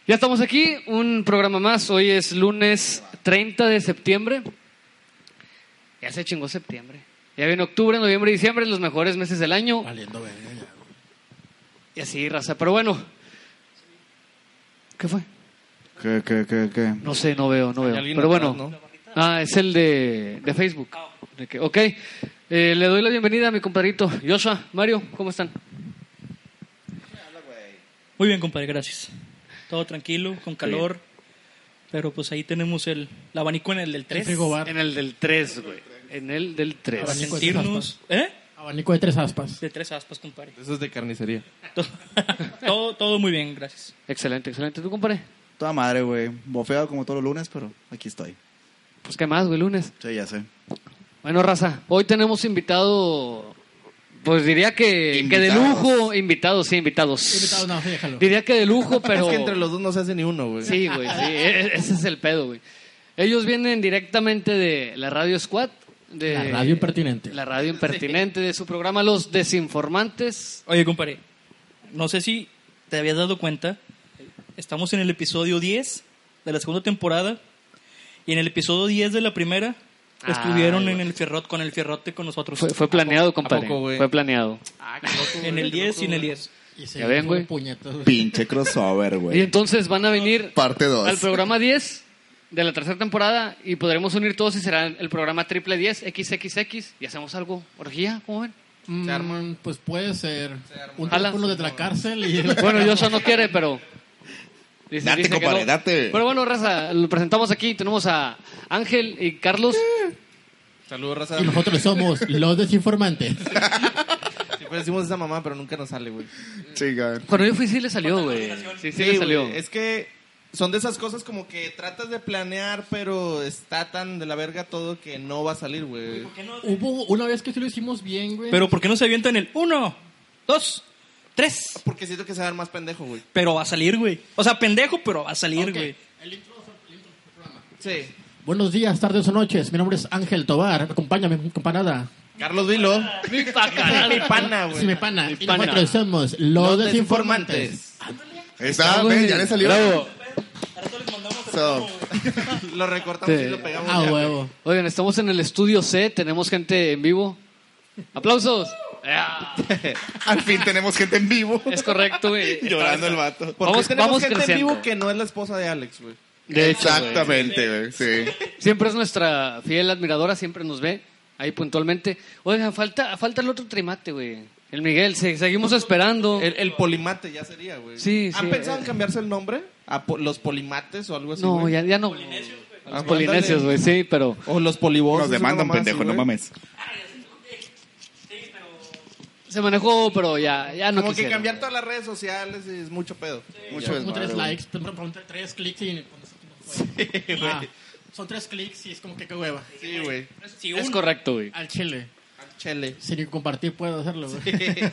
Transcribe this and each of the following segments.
Ya estamos aquí, un programa más. Hoy es lunes 30 de septiembre. Ya se chingó septiembre. Ya viene octubre, noviembre y diciembre, los mejores meses del año. Valiendo verga ya. Y así, raza. Pero bueno. ¿Qué fue? ¿Qué? No sé, no veo. alguien Pero atrás, bueno. ¿no? Ah, es el de Facebook. Ok. Le doy la bienvenida a mi compadrito Joshua, Mario, ¿cómo están? Muy bien, compadre, gracias. Todo tranquilo, con calor. Pero pues ahí tenemos el abanico en el del 3. En el del 3, güey. En el del 3. Para Abanico de sentirnos... Abanico de 3 aspas. De 3 aspas, compadre. Eso es de carnicería. Todo muy bien, gracias. Excelente. ¿Tú, compadre? Toda madre, güey. Bofeado como todos los lunes, pero aquí estoy. Pues, ¿qué más, güey, lunes? Sí, ya sé. Bueno, raza, hoy tenemos invitado, pues diría que de Invitados. lujo, invitados. Invitado, no, sí, déjalo. Diría que de lujo, pero... Es que entre los dos no se hace ni uno, güey. Sí, güey, sí, ese es el pedo, güey. Ellos vienen directamente de la Radio Squad. De La radio impertinente. La radio impertinente de su programa Los Desinformantes. Oye, compadre, no sé si te habías dado cuenta, estamos en el episodio 10 de la segunda temporada y en el episodio 10 de la primera estuvieron Ay, en el con el fierrote con nosotros. Fue planeado, compadre. poco, güey? Fue planeado. Ah, qué loco, güey, En el qué 10 loco, y en el güey. 10. Y se Ya ven, fue güey. puñetas, güey. Pinche crossover, Y güey. entonces van a venir Parte 2. al programa 10 de la tercera temporada y podremos unir todos y será el programa triple 10 XXX y hacemos algo. ¿Orgía? ¿Cómo ven? Se arma. Pues puede ser. Un Jala. teléfono desde la cárcel y... Bueno, Joshua no quiere, pero... Date, que compadre, no. date. Pero bueno, raza, lo presentamos aquí. Tenemos a Ángel y Carlos. Saludos, raza. Y nosotros somos los desinformantes. Siempre decimos esa mamá, pero nunca nos sale, güey. Chica. Cuando yo fui sí le salió, güey. Sí le salió. güey. Es que son de esas cosas como que tratas de planear, pero está tan de la verga todo que no va a salir, güey. Hubo una vez que sí lo hicimos bien, güey. Pero ¿por qué no se avientan el 1, 2, 3? Porque siento que se va a dar más pendejo, güey. Pero va a salir, güey. O sea, pendejo, pero va a salir, Ok. güey. El intro del programa. Sí. Buenos días, tardes o noches. Mi nombre es Ángel Tobar. Acompáñame, mi companada. Carlos Vilo. Mi Mi pana, güey. Si me pana. Mi Y pana. nosotros somos los desinformantes. Está, güey. ven, ya le salió. Bravo. So, Lo recortamos Sí. y lo pegamos. Ah, ya, güey. huevo. Oigan, estamos en el estudio C. Tenemos gente en vivo. ¡Aplausos! al fin tenemos gente en vivo. Es correcto, güey. Llorando el vato. ¿Por qué Vamos- tenemos vamos gente creciendo. en vivo que no es la esposa de Alex, güey? De hecho, güey. Exactamente, güey. Sí. Siempre es nuestra fiel admiradora, siempre nos ve ahí puntualmente. Oigan, falta el otro trimate, güey. El Miguel, seguimos esperando. El polimate ya sería, güey. Sí, ¿Han sí, pensado en cambiarse el nombre? ¿A los polimates o algo así, No, güey? ya no. Ah, Los polinesios, güey, sí, pero... O los polivosos. Nos demandan, una mamá pendejo, así, no güey. mames. Se manejó, pero ya no Como que quisieron. cambiar todas las redes sociales es mucho pedo. Mucho Son como desmadre, 3 güey. likes, ponte 3 clics y... Ah, son 3 clics y es como que qué hueva. Sí, güey. Es correcto, güey. Al chile. Chele. Sin compartir puedo hacerlo, güey.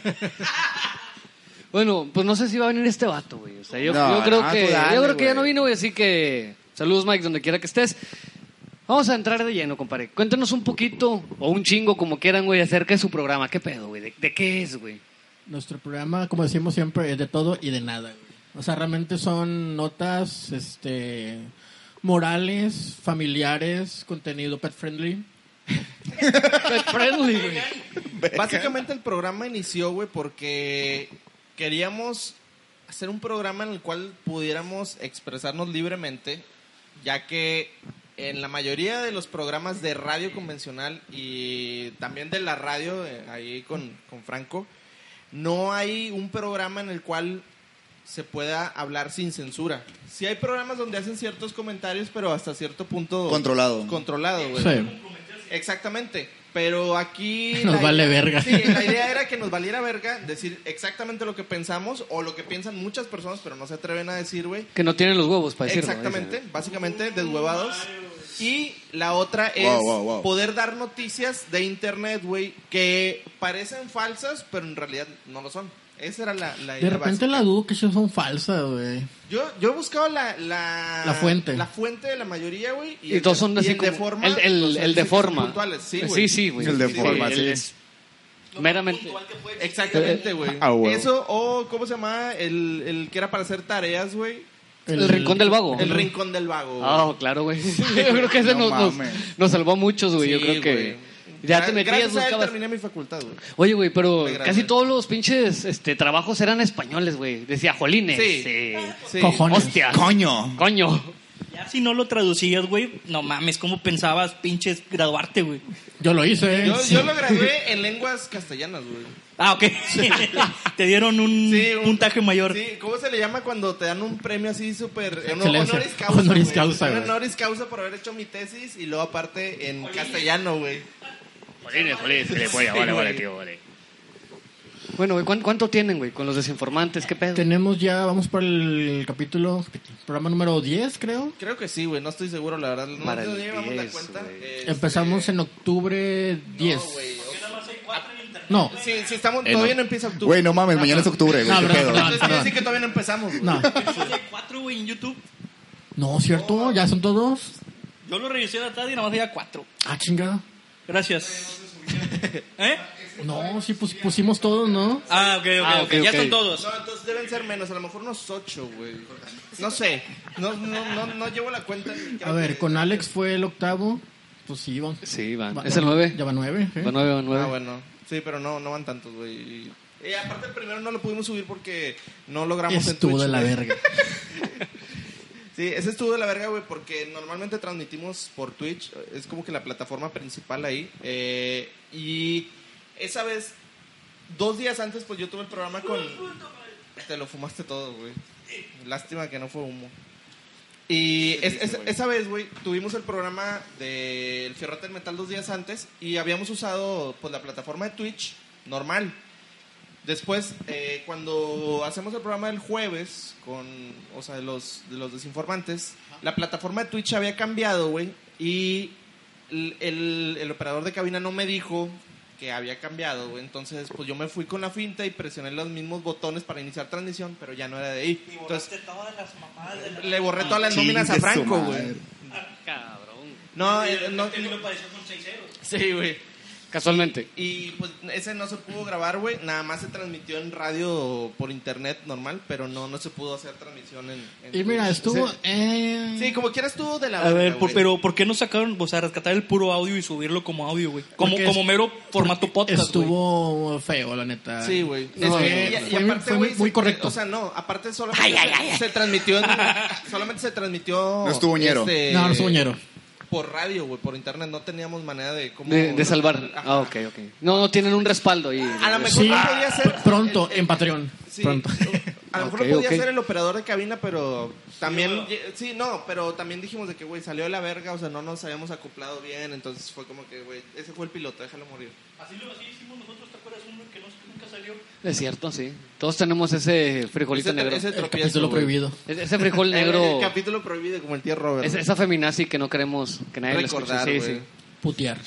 Bueno, pues no sé si va a venir este vato, güey. O sea, yo No, creo no, que tú dale, yo creo que ya güey. no vino, güey, así que saludos, Mike, donde quiera que estés. Vamos a entrar de lleno, compadre. Cuéntanos un poquito o un chingo como quieran, güey, acerca de su programa. ¿Qué pedo, güey? ¿De qué es, güey? Nuestro programa, como decimos siempre, es de todo y de nada, güey. O sea, realmente son notas, morales, familiares, contenido pet friendly. Pet friendly, güey. Básicamente el programa inició, güey, porque queríamos hacer un programa en el cual pudiéramos expresarnos libremente, ya que en la mayoría de los programas de radio convencional y también de la radio, ahí con Franco, no hay un programa en el cual se pueda hablar sin censura. Sí hay programas donde hacen ciertos comentarios, pero hasta cierto punto... Controlado, güey. Sí. Exactamente. Pero aquí... Nos vale verga. Sí, la idea era que nos valiera verga decir exactamente lo que pensamos o lo que piensan muchas personas, pero no se atreven a decir, güey. Que no tienen los huevos para decirlo. Exactamente, básicamente deshuevados. Y la otra es Wow. poder dar noticias de internet, güey, que parecen falsas, pero en realidad no lo son. Esa era la idea De repente básica. la dudo que ellos son falsas, güey. Yo he buscado la fuente. La fuente de la mayoría, güey. Y todos son así el de como- forma. el de son forma. puntuales, sí, güey. Sí, güey. El de Sí, forma, él sí. es meramente... Exactamente, güey. Ah, huevo. Eso, o ¿cómo se llama? El que era para hacer tareas, güey. El Rincón del Vago. El Rincón del Vago. Ah, claro, güey. Yo creo que ese No nos mames. salvó a muchos, güey. Yo Sí, creo que güey. ya te metías, Gracias a él buscabas. terminé mi facultad, güey. Oye, güey, pero Me gradué. casi todos los pinches trabajos eran españoles, güey. Decía Jolines. Sí. Sí. Cojones. Hostia. ¡Coño! Coño. Ya si no lo traducías, güey, no mames, ¿cómo pensabas, pinches, graduarte, güey? Yo lo hice. Yo lo gradué en lenguas castellanas, güey. Ah, ok. Te dieron un Sí, puntaje mayor. Sí, ¿cómo se le llama cuando te dan un premio así súper... Excelencia. Honoris causa, Honoris güey. causa, Un güey. honoris causa por haber hecho mi tesis y luego aparte en castellano, güey. Jolines, Sí, vale, güey. tío, vale. Bueno, güey, ¿cuánto tienen, güey, con los desinformantes? ¿Qué pedo? Tenemos ya, vamos por el programa número 10, creo. Creo que sí, güey, no estoy seguro, la verdad. No Para no el llevamos la 10, cuenta. güey. Empezamos en octubre 10. No, güey. No, Sí, estamos, todavía no empieza octubre. Güey, no mames, mañana es octubre, güey. No, ¿Qué perdón, pedo? perdón. Entonces quiere decir que todavía no empezamos, güey. no. Hay 4, güey, en YouTube. No, ¿cierto? ¿Ya son todos? Yo lo revisé la tarde y nada más había 4. Ah, chingada. Gracias. ¿Eh? No, sí pusimos todos, ¿no? Ah, ok. Ya ok. son todos. No, entonces deben ser menos, a lo mejor unos 8, güey. No sé, no llevo la cuenta. A ver, con Alex fue el octavo. Pues sí, vamos. Sí, van. ¿Es el 9? Ya va 9. Va 9, va 9. Ah, bueno. Sí, pero no van tantos, güey. Y aparte el primero no lo pudimos subir porque no logramos en Estuvo Twitch, de la güey. verga. Sí, ese estuvo de la verga, güey, porque normalmente transmitimos por Twitch. Es como que la plataforma principal ahí. Y esa vez, 2 días antes, pues yo tuve el programa con... Te lo fumaste todo, güey. Lástima que no fue humo. Y esa vez, güey, tuvimos el programa del Fierrote del Metal 2 días antes y habíamos usado pues la plataforma de Twitch normal. Después, cuando hacemos el programa del jueves de los desinformantes, la plataforma de Twitch había cambiado, güey, y el operador de cabina no me dijo que había cambiado, güey. Entonces, pues yo me fui con la finta y presioné los mismos botones para iniciar transmisión, pero ya no era de ahí. Entonces, todas las mamadas le borré todas las nóminas a Chingue su Franco, madre. güey. Cabrón. No, lo pareció con 6 ceros. sí, güey. Casualmente. Y pues ese no se pudo grabar, güey. Nada más se transmitió en radio por internet normal, pero no se pudo hacer transmisión en Y mira, Twitch. estuvo... Sí, como quiera estuvo de la A ver, verga, güey. pero ¿por qué no sacaron, o sea, rescatar el puro audio y subirlo como audio, güey? Como Porque mero formato podcast, güey. Estuvo feo, la neta. Sí, güey. No, Es que, fue muy güey, correcto. O sea, no, aparte solamente se transmitió solamente se transmitió No estuvo ñero. No estuvo ñero. por radio, güey, por internet. No teníamos manera de cómo De salvar. Ajá. Ah, ok. No tienen un respaldo ahí. A lo mejor Sí, no podía ser pronto, en Patreon. Sí, Pronto. a lo mejor Ok, no podía ok. ser el operador de cabina, pero también, pero también dijimos de que, güey, salió de la verga, o sea, no nos habíamos acoplado bien, entonces fue como que, güey, ese fue el piloto, déjalo morir. Así hicimos nosotros, ¿te acuerdas? Uno que nunca salió. Es cierto, sí. Todos tenemos ese frijolito negro. ese El tropiezo, capítulo güey. prohibido. Ese frijol El negro. capítulo prohibido, como el tío Robert. Esa feminazi que no queremos que nadie lo escuche. Recordar, Sí, güey. sí. Putear.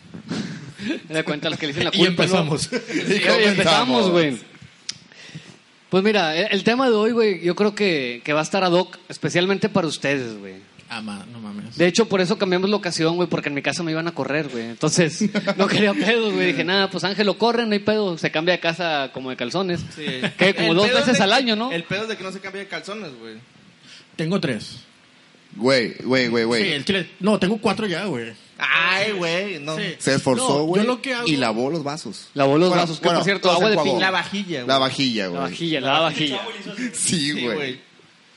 Me da cuenta los que le dicen la Y culpa. ¿no? empezamos. Sí, y empezamos, güey. Pues mira, el tema de hoy, güey, yo creo que va a estar ad hoc, especialmente para ustedes, güey. No mames. De hecho, por eso cambiamos la ocasión, güey, porque en mi casa me iban a correr, güey. Entonces, no quería pedos, güey. Dije, nada, pues Ángel lo corre, no hay pedo. Se cambia de casa como de calzones. Sí. Que como El 2 pedo es veces de al que- año, ¿no? El pedo es de que no se cambia de calzones, güey. Tengo 3. Güey. Sí, el chile. No, tengo 4 ya, güey. Ay, güey, no. Sí. Se esforzó, No, güey. yo lo que hago- Y lavó los vasos. Lavó los Bueno, vasos, que bueno, por cierto, los agua de enjuagó. piña. La vajilla, güey. La vajilla, güey. La vajilla. Sí, Sí, güey. güey.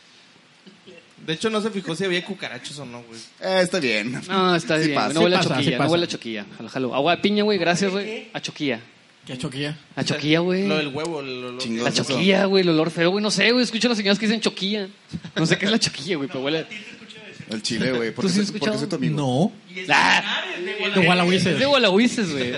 De hecho, no se fijó si había cucarachos o no, güey. Está bien. No, está Sí bien. pasa. No huele a Sí pasa, choquilla, sí no pasa. huele a choquilla. Jalo. Agua de piña, güey, gracias, güey. A choquilla. ¿Qué choquilla? A choquilla, güey. Lo del huevo, lo Chingón. La choquilla, güey, el olor feo, güey. No sé, güey. Escucho a los señores que dicen choquilla. No sé qué es la choquilla, güey, pero huele. El chile, güey. ¿Por ¿Tú qué sí has soy- por qué escuchado? soy tu amigo? No. ¡Ah! De Gualahuises. Es de Gualahuises, güey.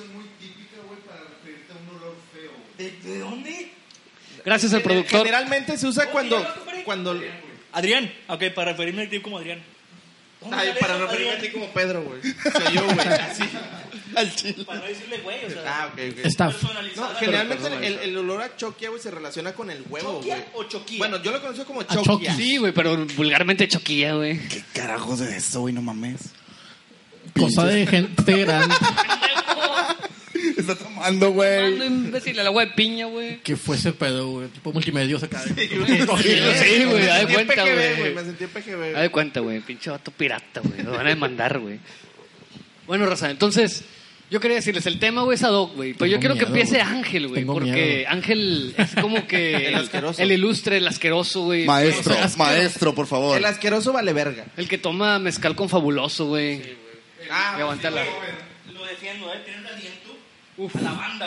¿De dónde? Gracias al productor. Generalmente se usa cuando... Adrián. Ok, para referirme a ti como Adrián. Ay, para no referirme a ti como Pedro, güey. Soy yo, güey. Así. Al chile. Para no decirle güey, o sea. Ah, ok. Staff. No, generalmente el olor a choquia, güey, se relaciona con el huevo, güey. ¿Choquia o choquilla? Bueno, yo lo conozco como choquia. choquia. Sí, güey, pero vulgarmente choquilla, güey. ¿Qué carajos es eso, güey? No mames. Cosa de gente grande. Está tomando, Tomando, güey. imbécil, el agua de piña, güey. Que fue ese pedo, güey. Tipo multimedios acá. Sí, güey, haz de cuenta, güey. Me sentí en PGB, Haz de cuenta, güey. Pinche vato pirata, güey. Lo van a demandar, güey. Bueno, raza, entonces, yo quería decirles, el tema, güey, es ad hoc, güey. Pero yo quiero Tengo que miedo, empiece güey. Ángel, güey. Tengo Porque miedo. Ángel es como que El asqueroso. el ilustre, el asqueroso, güey. Maestro, O sea, maestro, por favor. El asqueroso vale verga. El que toma mezcal con fabuloso, güey. Ah, Y aguanta la... Lo defiendo, tiene un aliento a la banda.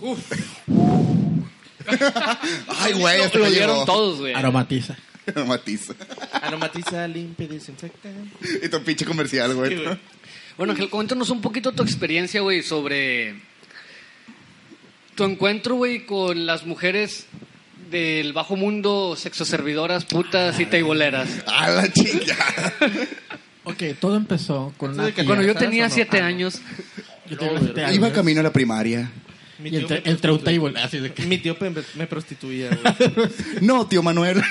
Ay, güey, Lo hasta que olieron llegó. todos, güey. Aromatiza. Matiza. Aromatiza, limpia, desinfecta. Y tu pinche comercial, güey. Bueno, Ángel, coméntanos un poquito tu experiencia, güey, sobre tu encuentro, güey, con las mujeres del bajo mundo, sexoservidoras, putas y teiboleras. A la chingada. Ok, todo empezó con una tía. Cuando yo ¿sabes tenía o no? 7 Ah, no. años, Yo tenía 7 años. Iba camino a la primaria. Mi Y tío entre, me entre un prostituía. table, así de que... Mi tío me prostituía, güey. No, tío Manuel.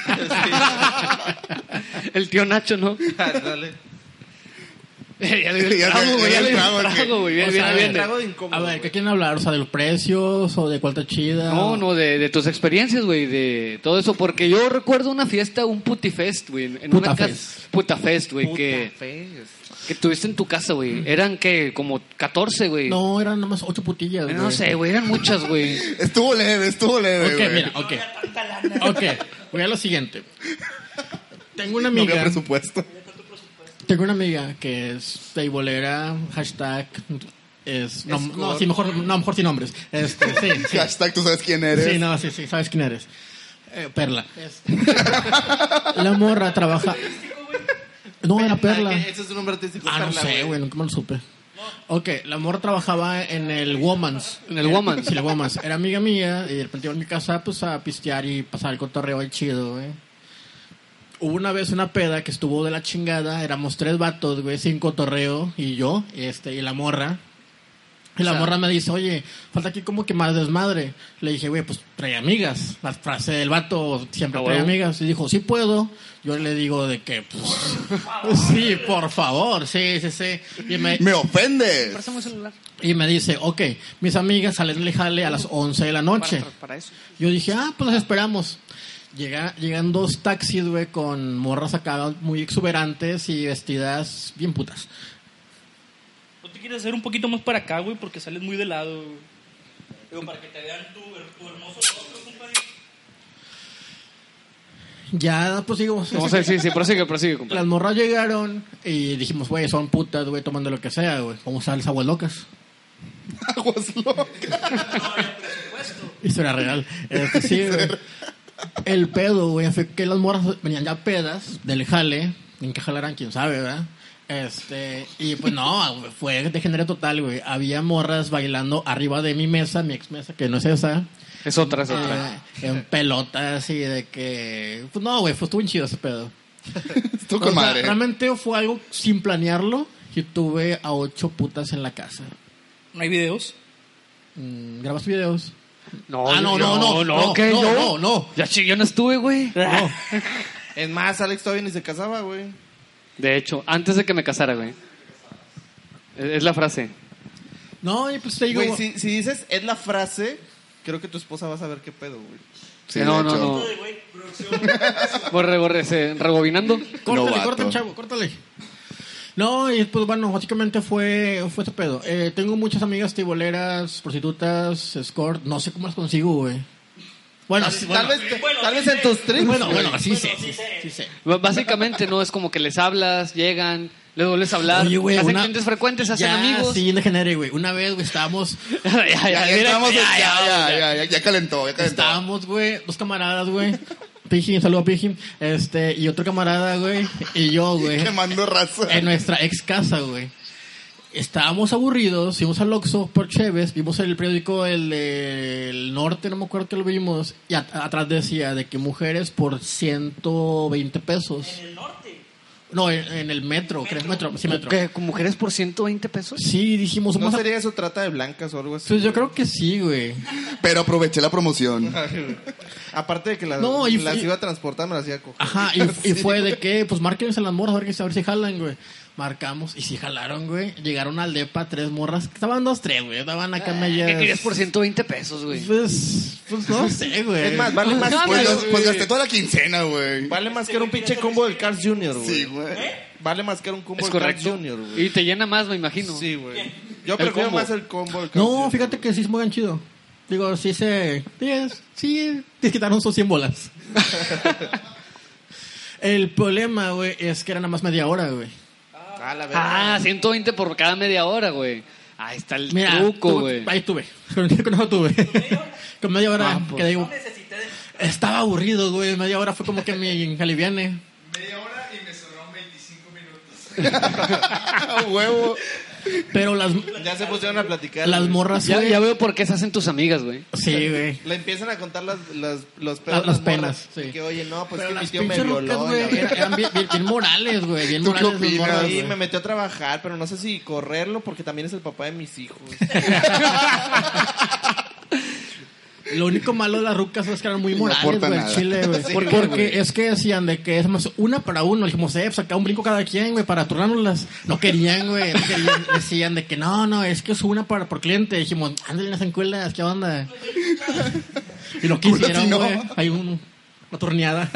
el tío Nacho, ¿no? Dale. Ya le dio el Ya trago, le- güey, ya ya le el dio trago, el trago, güey. O sea, Viene, viene. Trago de incómodo. A ver, ¿qué güey. quieren hablar? O sea, ¿de los precios o de cuál está chida? No, de tus experiencias, güey, de todo eso. Porque yo recuerdo una fiesta, un putifest, güey. En una Putafest. casa. Putafest, güey, Puta que fe. tuviste en tu casa, güey. Eran, ¿qué? Como 14, güey. No, eran nomás 8 putillas, güey. No sé, güey, eran muchas, güey. Estuvo leve, Ok, güey. mira, ok. Ok, voy a lo siguiente. Tengo una No había amiga... presupuesto. Tengo una amiga que es teibolera, hashtag... No, sí, mejor sin nombres. Sí. Hashtag, tú sabes quién eres. Sí, no, sí, sabes quién eres. Perla. La morra trabaja... No, era Perla. Ese es un nombre artístico. Ah, no Perla, sé, güey, nunca me lo supe. Ok, la morra trabajaba en el Womans. En el Womans. Sí, el Womans. Era amiga mía y de repente iba a mi casa pues a pistear y pasar el cotorreo ahí chido, güey. Hubo una vez una peda que estuvo de la chingada. Éramos 3 vatos, güey, sin cotorreo y yo, y la morra. Y la morra me dice, oye, falta aquí como que más desmadre. Le dije, güey, pues trae amigas. La frase del vato siempre Ah, trae huevo. amigas. Y dijo, sí puedo. Yo le digo de que, pues, sí, por favor, sí. Y Me ofendes. Préstame el celular. y me dice, ok, mis amigas salen de jale a las 11 de la noche. Para eso. Yo dije, pues las esperamos. Llegan 2 taxis, güey, con morras acá muy exuberantes y vestidas bien putas. ¿No te quieres hacer un poquito más para acá, güey? Porque sales muy de lado, güey. Digo, para que te vean tu hermoso rostro, compadre. Ya, pues digo, Vamos a ver, sí, prosigue, compadre. las morras llegaron y dijimos, güey, son putas, güey, tomando lo que sea, güey. Vamos a las aguas locas. Aguas locas. Historia real. Sí, güey. El pedo, güey, fue que las morras venían ya pedas del jale. ¿En qué jalarán? ¿Quién sabe, verdad? Y pues no, güey, fue degenere total, güey. Había morras bailando arriba de mi mesa, mi ex mesa, que no es esa. Es otra, es otra. En pelotas y de que... Pues no, güey, estuvo bien chido ese pedo. Estuvo O con sea, madre. realmente fue algo sin planearlo y tuve a 8 putas en la casa. ¿No hay videos? ¿Grabas videos? No, ¿qué? No. Ya yo no estuve, güey. No. Es más, Alex todavía ni se casaba, güey. De hecho, antes de que me casara, güey. Es la frase. No, y pues te digo... Güey, si dices es la frase, creo que tu esposa va a saber qué pedo, güey. Sí, no, de no, hecho. no. Borre, rebobinando. Córtale, Novato. córtale, chavo, córtale. No, y pues bueno, básicamente fue ese pedo. Tengo muchas amigas tiboleras, prostitutas, escort, no sé cómo las consigo, güey. Bueno, Tal vez en tus trips. bueno, güey. sí sé. Básicamente, no es como que les hablas, llegan, les vuelves a hablar. Oye, güey, hacen una- clientes frecuentes, hacen ya, amigos. Sí, degeneré, güey. Una vez, güey, estábamos... Ya calentó. Estábamos, güey, 2 camaradas, güey. Piji, un saludo a Piji. Y otro camarada, güey. Y yo, güey. Quemando raza. En nuestra ex casa, güey. Estábamos aburridos, fuimos al Oxxo por Cheves, vimos el periódico el Norte, no me acuerdo que lo vimos, y atrás decía de que mujeres por 120 pesos. ¿En el norte? No, en el metro, ¿crees? Metro, sí, metro. ¿Qué? ¿Con mujeres por 120 pesos? Sí, dijimos, ¿No vamos a... sería eso trata de blancas o algo así? Pues yo creo que sí, güey. Pero aproveché la promoción. Aparte de que las No, iba a transportar, me las iba a coger. Ajá, y fue de que, pues márquense las morras, a ver si jalan, güey. Marcamos y sí jalaron, güey. Llegaron al depa 3 morras. Estaban 2, 3, güey. Estaban acá medio. ¿Qué querías por 120 pesos, güey? Pues no sé, güey. Es más, vale más, Pues gasté toda la quincena, güey. vale más que era un pinche combo del Cars Jr., güey. Sí, güey. Vale más que era un combo Es del Cars correcto. Jr., güey. Y te llena más, me imagino. Sí, güey. Yo prefiero combo. más el combo del Cars No, Jr. fíjate que sí es muy bien chido. Digo, sí se... Sí, te quitaron sus 100 bolas. El problema, güey, es que era nada más media hora, güey. Ah, la verdad. 120 por cada media hora, güey. Ahí está el Mira, truco, güey. ahí tuve. Con eso tuve. Con media hora. pues. Que digo, estaba aburrido, güey. Media hora fue como que me aliviane. Media hora y me sobraron 25 minutos. A huevo. Pero las Ya se pusieron a platicar. las güey. morras, Ya, güey. ya veo por qué se hacen tus amigas, güey. Sí, güey. Le empiezan a contar los pedos. Las de las penas, morras. sí. Que oye, no, pues Pero que mi las tío me pinches violó. rucas, y güey, la verga. eran bien morales, güey. Bien ¿Tú qué morales las opinas? morras, Sí, güey. me metió a trabajar, pero no sé si correrlo porque también es el papá de mis hijos. Lo único malo de las rucas es que eran muy No morales, aporta güey, nada. Chile, güey. Sí, porque güey. es que decían de que es más una para uno. Dijimos, pues acá un brinco cada quien, güey, para turnárnoslas. No querían, güey. No querían. Decían de que no, es que es una por cliente. Dijimos, ándale en las encuelas, ¿qué onda? Y lo quisieron, Culo, güey. no. Hay una turneada.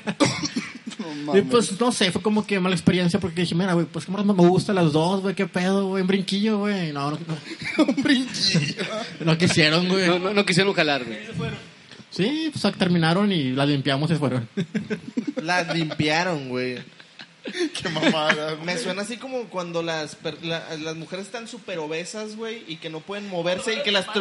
No Y mames. pues, no sé, fue como que mala experiencia porque dije, mira, güey, pues que me gustan las dos, güey, qué pedo, güey, un brinquillo, güey. No Un brinquillo. no quisieron, güey. No quisieron jalar, güey. Sí, pues terminaron y las limpiamos y se fueron. Las limpiaron, güey. Qué mamada. Me suena así como cuando las mujeres están súper obesas, güey, y que no pueden moverse y que las...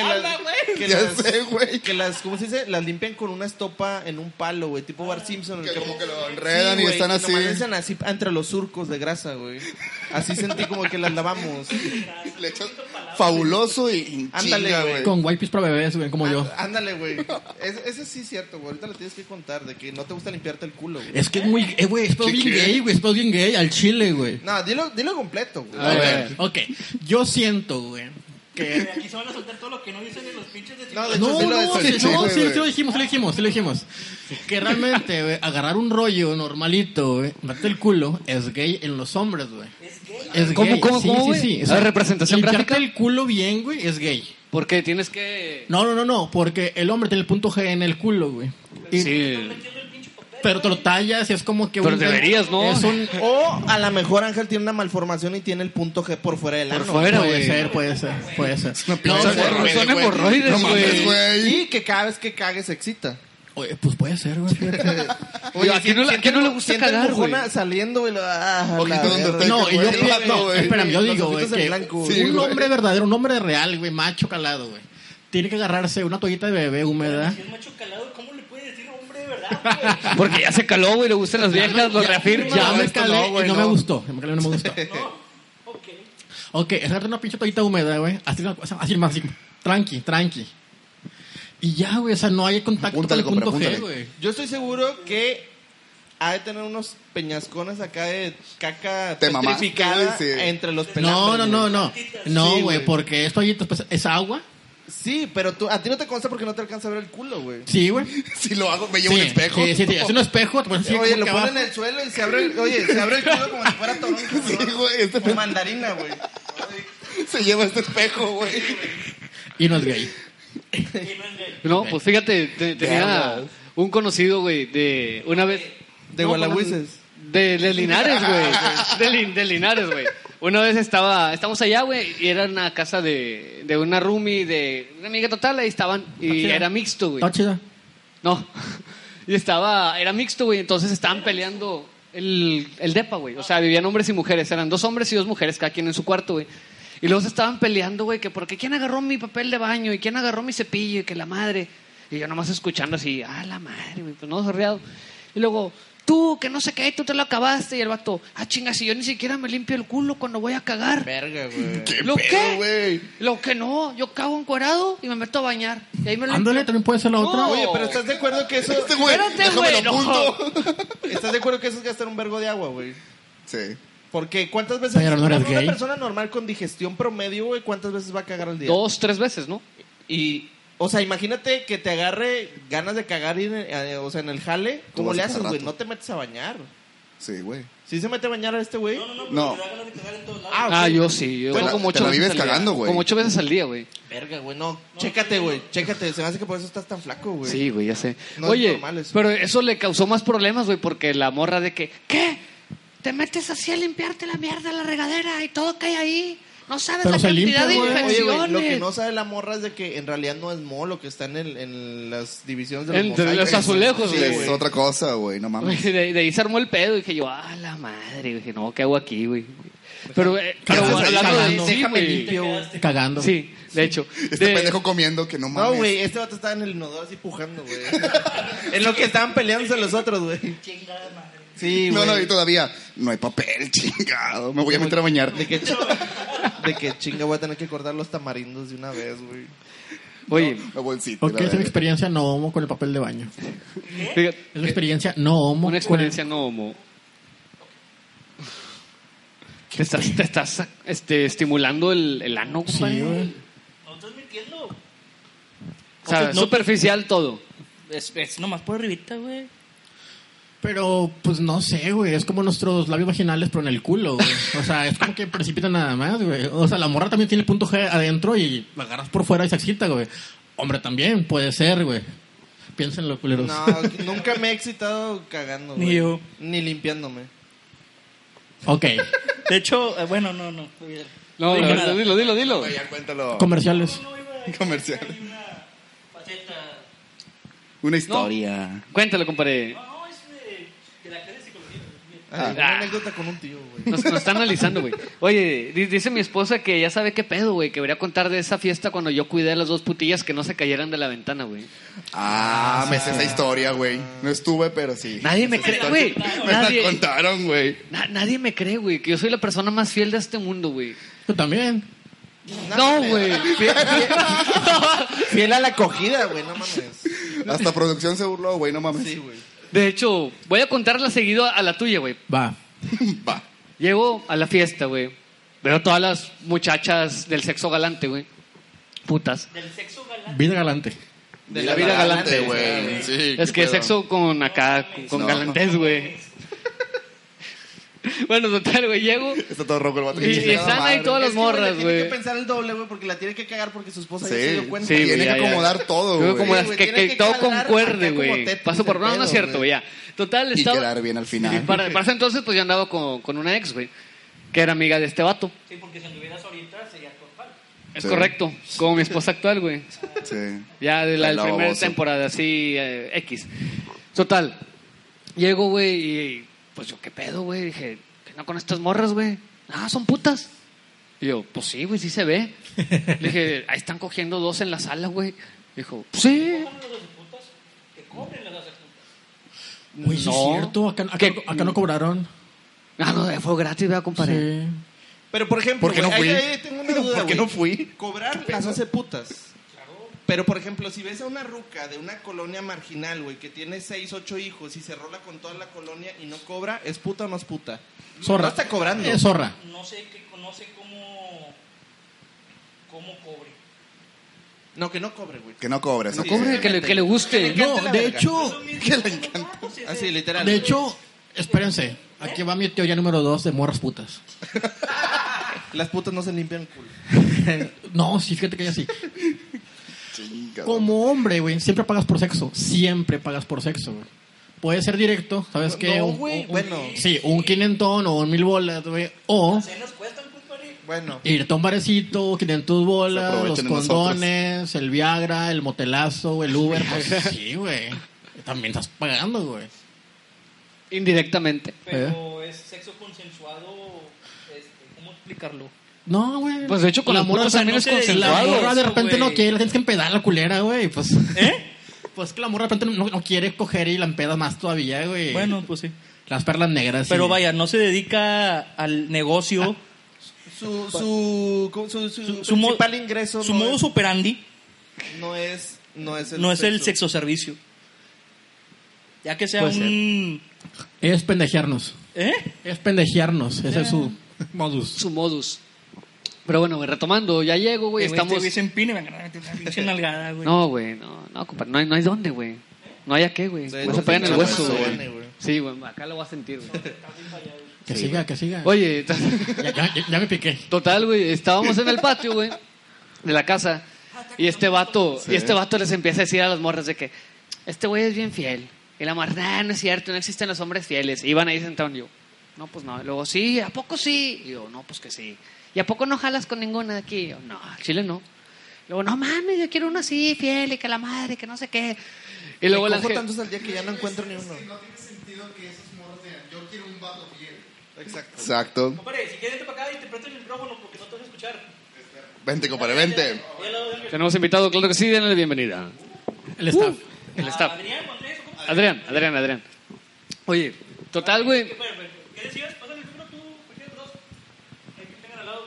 Ya sé, güey. Que las, ¿cómo se dice? Las limpian con una estopa en un palo, güey, tipo Bart Simpson. Que como que lo enredan y güey, están que así. nomás le echan así entre los surcos de grasa, güey. Así sentí como que las lavamos. Le echas fabuloso y Ándale, chinga, güey. güey. Con wipes para bebés, güey, como yo. Ándale, güey. Ese sí es cierto, güey. Ahorita le tienes que contar de que no te gusta limpiarte el culo, güey. Es que es muy, güey, es pedo ¿Qué, bien qué? gay, güey, es pedo bien gay, al chile, güey. No, dilo completo, güey. A ver. Ok, yo siento, güey, que... Aquí se van a soltar todo lo que no dicen en los pinches de No, de No, hecho, dilo, no, de hecho. sí lo dijimos. Que realmente, güey, agarrar un rollo normalito, güey, meterte el culo, es gay en los hombres, güey. Es ¿Cómo, gay. cómo, sí, cómo, sí, güey? sí. A ver, representación limpiarte gráfica. el culo bien, güey, es gay. Porque tienes que... No, porque el hombre tiene el punto G en el culo, güey. Y- Sí. Pero te lo tallas y es como que Pero deberías, ¿no? Es un... O a lo mejor Ángel tiene una malformación y tiene el punto G por fuera del ano. Por fuera, Puede güey. ser, puede ser. Una pinche son hemorroide, son güey. hemorroides, No mames, güey. güey. Y que cada vez que cague se excita. Oye, pues puede ser, güey, fíjate. Oye, ¿a quién no le gusta siente cagar, empujona güey? saliendo, güey. Ojito de Undertaker, No, y yo, güey. no, espérame, yo Los digo, güey, ojitos en que blanco, Sí, un güey. hombre verdadero, un hombre real, güey, macho calado, güey, tiene que agarrarse una toallita de bebé húmeda. Si es macho calado, ¿cómo le puede decir hombre de verdad, güey? Porque ya se caló, güey, le gustan las viejas, lo reafirma. Ya No, me esto calé no, güey, y no no. me gustó. Ya me calé y no me gustó. Ok. Ok, agarrarte una pinche toallita húmeda, güey, así más, así, tranqui. Y ya, güey, o sea, no hay contacto Apúntale, con el punto compadre, G, apúntale. güey. Yo estoy seguro que ha de tener unos peñascones acá de caca Te mamaste, petrificada güey, sí. entre los No, pelambres, güey. No, Sí, güey, güey. porque es toallita, pues, es agua. Sí, pero a ti no te consta porque no te alcanza a ver el culo, güey. Sí, güey. Si lo hago, me llevo un espejo. Sí, es un espejo. Te pones así Oye, como lo que ponen abajo. en el suelo y se abre el culo como si fuera toronja. Sí, güey, este Como mandarina, güey. se lleva este espejo, güey. Y no es gay. No, pues fíjate, tenía un conocido, güey, de una vez... De No, Gualahuises. De Linares, güey. De Linares, güey. Una vez estamos allá, güey, y era una casa de una roomie, de una amiga total, ahí estaban, y chida. era mixto, güey. Está chida. No, y era mixto, güey, entonces estaban peleando el depa, güey. O sea, vivían hombres y mujeres, eran 2 hombres y 2 mujeres, cada quien en su cuarto, güey. Y luego se estaban peleando, güey, que porque quién agarró mi papel de baño y quién agarró mi cepillo y que la madre. Y yo nomás escuchando así, la madre, güey, pues no, sorreado. Y luego, tú, que no sé qué, tú te lo acabaste. Y el vato, chinga, si yo ni siquiera me limpio el culo cuando voy a cagar. Verga, güey. ¿Qué ¿Lo pedo, qué? güey? Lo que no, yo cago encuerado y me meto a bañar. Y ahí me lo Ándale, también puede ser la otra. No. Oye, pero ¿estás de acuerdo que eso... Este güey, Espérate, déjame güey, lo no. apunto. ¿Estás de acuerdo que eso es gastar un vergo de agua, güey? Sí. Porque ¿cuántas veces... Pero no eres una gay. persona normal con digestión promedio, güey, ¿cuántas veces va a cagar al día? 2, 3 veces, ¿no? Y... O sea, imagínate que te agarre ganas de cagar o sea, en el jale. ¿Cómo Tú le vas a haces, cada güey? rato. No te metes a bañar. Sí, güey. ¿Sí se mete a bañar a este güey? No. Ah, yo sí. Yo Te como la 8 veces vives al día. cagando, güey. Como 8 veces al día, güey. Verga, güey, no. Chécate, güey. Chécate. Se me hace que por eso estás tan flaco, güey. Sí, güey, ya sé. No es Oye, normal eso. pero eso le causó más problemas, güey, porque la morra de que, ¿qué? ¿Te metes así a limpiarte la mierda de la regadera y todo cae ahí? No sabes Pero la se cantidad limpia, de güey. Oye, infecciones. güey, lo que no sabe la morra es de que en realidad no es mo lo que está en las divisiones de los Entre mosaicos. los azulejos, Sí, güey. Es otra cosa, güey. No mames. Güey, de ahí se armó el pedo y dije yo, la madre. Dije, no, ¿qué hago aquí, güey? Pero Cagando, hablando de cagando. sí, Déjame güey. limpio, güey. Cagando. Sí, de hecho. Este De- pendejo comiendo que no mames. No, güey, este vato estaba en el inodoro así pujando, güey. En lo que estaban peleándose los otros, güey. Sí, No, güey. no, y todavía no hay papel, chingado. Me voy a meter a bañar. De que chinga voy a tener que cortar los tamarindos de una vez, güey. Oye, La bolsita. Ok, la es una verga. experiencia no homo con el papel de baño. fíjate, Es una experiencia no homo. una experiencia no homo. Te estás estimulando el ano, Sí, compadre. güey. No estás mintiendo. O sea, No- superficial todo. Es nomás por arribita, güey. Pero, pues no sé, güey. Es como nuestros labios vaginales, pero en el culo, güey. O sea, es como que precipita nada más, güey. O sea, la morra también tiene el punto G adentro y la agarras por fuera y se excita, güey. Hombre también, puede ser, güey. Piénsenlo, culeros. No, nunca me he excitado cagando, Ni güey. yo. Ni limpiándome. Ok. De hecho, bueno, no. No, No digo nada. dilo. Ya, cuéntalo. Comerciales. Comercial. Hay una faceta. Una historia. Cuéntale, compadre. No, es de la clase de psicología. Una anécdota con un tío, güey. Nos está analizando, güey. Oye, dice mi esposa que ya sabe qué pedo, güey. Que debería contar de esa fiesta cuando yo cuidé a las 2 putillas que no se cayeran de la ventana, güey. Me sé esa historia, güey. No estuve, pero sí. Nadie me cree, güey. Me la Nadie, contaron, güey. nadie me cree, güey. Que yo soy la persona más fiel de este mundo, güey. Tú también. No, güey. Fiel a la acogida, güey, no mames. Hasta producción se burló, güey. No mames. Sí, güey. De hecho, voy a contarla seguido a la tuya, güey. Va. Va. Llego a la fiesta, güey. Veo todas las muchachas del sexo galante, güey. Putas. Del sexo galán. Vida galante. De La vida galante, güey. Sí. Es qué que pedo. sexo con acá, con No. galantez, güey. Bueno, total, güey, llego. Está todo rojo el vato. Y Chingada están ahí madre. todas las Es que, güey, le morras, tiene que güey. pensar el doble, güey, porque la tiene que cagar porque su esposa ya Sí. se dio cuenta. Sí, güey, Tiene ya, que ya. acomodar todo, Yo güey. como Sí, las güey, que tiene que todo calar concuerde, acá como güey. Tetris Paso por el no, no es pedo, cierto, güey. güey, ya. Total, Y estaba. quedar bien al Sí, final. para ese entonces, pues yo andaba con una ex, güey. Que era amiga de este vato. Sí, porque si anduvieras ahorita sería total. Es Sí. correcto. Como mi esposa actual, güey. Sí. Ya de la Bailaba primera baboso. temporada, así, X. Total. Llego, güey, y pues yo, ¿qué pedo, güey? Dije, ¿qué no con estas morras, güey? Ah, son putas. Y yo, pues sí, güey, sí se ve. Le dije, ahí están cogiendo 2 en la sala, güey. Dijo, sí. Que cobren las hace putas. Uy, sí es No. cierto. Acá ¿Qué? no cobraron. Ah, no, fue gratis, vea, compadre. Sí. Pero, por ejemplo, ¿Por qué no güey, fui? ahí tengo una duda, ¿Por qué güey. no fui? Cobrar las hace putas. Pero, por ejemplo, si ves a una ruca de una colonia marginal, güey, que tiene 6, 8 hijos y se rola con toda la colonia y no cobra, ¿es puta o no es puta? Zorra. No está cobrando. Es zorra. No sé cómo cobre. No, que no cobre, güey. Que no cobres. No sí. cobre, que le guste. Que le No, encante la de verga. hecho, Que le encanta. Así, literal. de hecho, espérense. Aquí va mi teoría número 2 de morras putas. Las putas no se limpian el culo. No, sí, fíjate que ya sí. Chingado. Como hombre, güey, siempre pagas por sexo. Siempre pagas por sexo, güey. Puede ser directo, ¿sabes qué? No, güey, bueno. Sí, un 500 o 1000 bolas, güey. O Se nos cuestan, compadre. Bueno. irte a un barecito, 500 Se bolas, los aprovechen de condones, el Viagra, el motelazo, el Uber. Pues sí, güey. También estás pagando, güey. Indirectamente. Pero es sexo consensuado. ¿Cómo explicarlo? No, güey. Pues de hecho, con la las morra putas también no es se dedica La Claro, consensuado. morra de eso, repente güey. no quiere, la tienes que empedar la culera, güey. Pues, ¿Eh? pues que la morra de repente no quiere coger y la empeda más todavía, güey. Bueno, pues sí. Las perlas negras. Pero sí. vaya, no se dedica al negocio. Su mo- principal ingreso Su no, modus operandi no es el sexo servicio. Ya que sea Puede ser. un... Es pendejearnos. ¿Eh? Es pendejearnos. Ese es su modus. Su modus. Pero bueno, güey, retomando, ya llego, güey, Este estamos... güey se empina y me agarra una pinche nalgada, güey. No, güey, no, compadre, no hay dónde, güey. No hay a qué, güey. De No se hecho, pegan el pinche hueso, Amazon, güey. güey. Sí, güey, acá lo voy a sentir, güey. Que siga, que siga. Oye, Ya me piqué. total, güey, estábamos en el patio, güey, de la casa, y este vato les empieza a decir a las morras de que este güey es bien fiel. Y la morra, nah, no es cierto, no existen los hombres fieles. Y iban ahí sentados y yo, no, pues no. Y luego, sí, ¿a poco sí? Y yo, no, pues que sí. ¿Y a poco no jalas con ninguna de aquí? Y yo, no, Chile no. Y luego, no mames, yo quiero uno así, fiel, y que la madre, que no sé qué. Y luego Me la cojo gente... tantos al día que ya no encuentro ni uno. No tiene sentido que esos morros digan, yo quiero un vato fiel. Exacto. Exacto. Compadre, si quieres, vente para acá y te presto el micrófono porque no te vas a escuchar. Vente, compadre, vente. Tenemos invitado, claro que sí, denle la bienvenida. El staff. El staff. Adrián, Andrés, ¿cómo? Adrián. Oye, total, güey. ¿Qué decías? Pásale el micrófono tú, cualquiera de los dos. Hay que tengan al lado.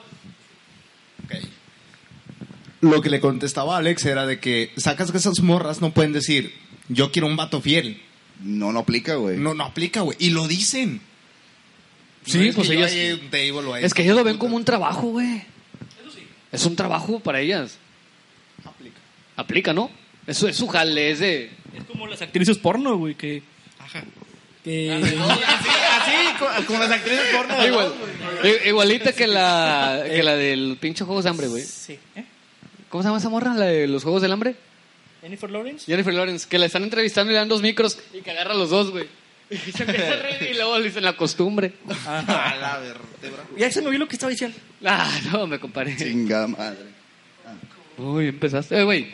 Lo que le contestaba a Alex era de que sacas que esas morras no pueden decir, yo quiero un vato fiel. No aplica, güey. No aplica, güey. Y lo dicen. Sí, No es pues que yo ellas... haya un table o Es que ellos lo ven como un trabajo, güey. Es un trabajo para ellas. Aplica, ¿no? Eso es su jale, es de... Es como las actrices porno, güey, que... Ajá. Que... Así, como las actrices porno. Igual, igualita que la del pinche Juegos de Hambre, güey. Sí. ¿Cómo se llama esa morra? ¿La de los Juegos del Hambre? Jennifer Lawrence. Jennifer Lawrence, que la están entrevistando y le dan 2 micros y que agarra los dos, güey. Y se empieza a reír y luego le dicen la costumbre. A la vértebra. Ya se me olvidó lo que estaba diciendo. Ah, no, me comparé. Chingada madre. Uy, empezaste, güey.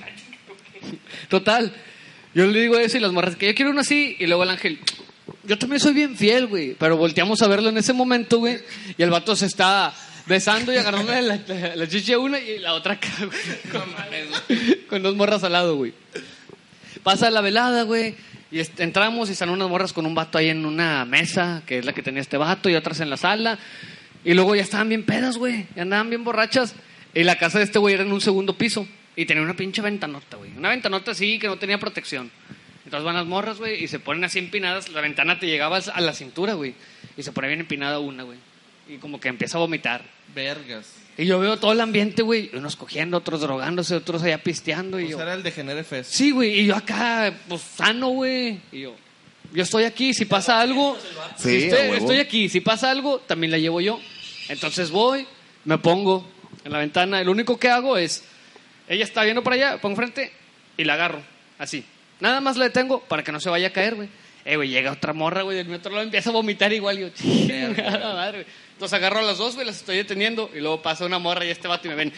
Total, yo le digo eso y las morras, que yo quiero uno así. Y luego el ángel, yo también soy bien fiel, güey. Pero volteamos a verlo en ese momento, güey. Y el vato se está besando y agarrándole la chichi a una y la otra acá, güey. Con mames, güey. Con 2 morras al lado, güey. Pasa la velada, güey. Y entramos y están unas morras con un vato ahí en una mesa, que es la que tenía este vato, y otras en la sala. Y luego ya estaban bien pedas, güey. Ya andaban bien borrachas. Y la casa de este güey era en un 2º piso. Y tenía una pinche ventanota, güey. Una ventanota así que no tenía protección. Entonces van las morras, güey, y se ponen así empinadas. La ventana te llegaba a la cintura, güey. Y se pone bien empinada una, güey. Y como que empieza a vomitar. Vergas. Y yo veo todo el ambiente, güey. Unos cogiendo, otros drogándose, otros allá pisteando. Y Pues yo... era el Degenere Fest. Sí, güey. Y yo acá, pues, sano, güey. Y yo estoy aquí. Si pasa algo... Sí, si a huevo. estoy aquí. Si pasa algo, también la llevo yo. Entonces voy, me pongo en la ventana. Lo único que hago es... Ella está viendo para allá, pongo frente y la agarro. Así. Nada más la detengo para que no se vaya a caer, güey. Güey, llega otra morra, güey, del otro lado empieza a vomitar igual. Y yo, chingada madre, güey. Entonces agarro a las 2, güey, las estoy deteniendo. Y luego pasa una morra y este vato y me ven.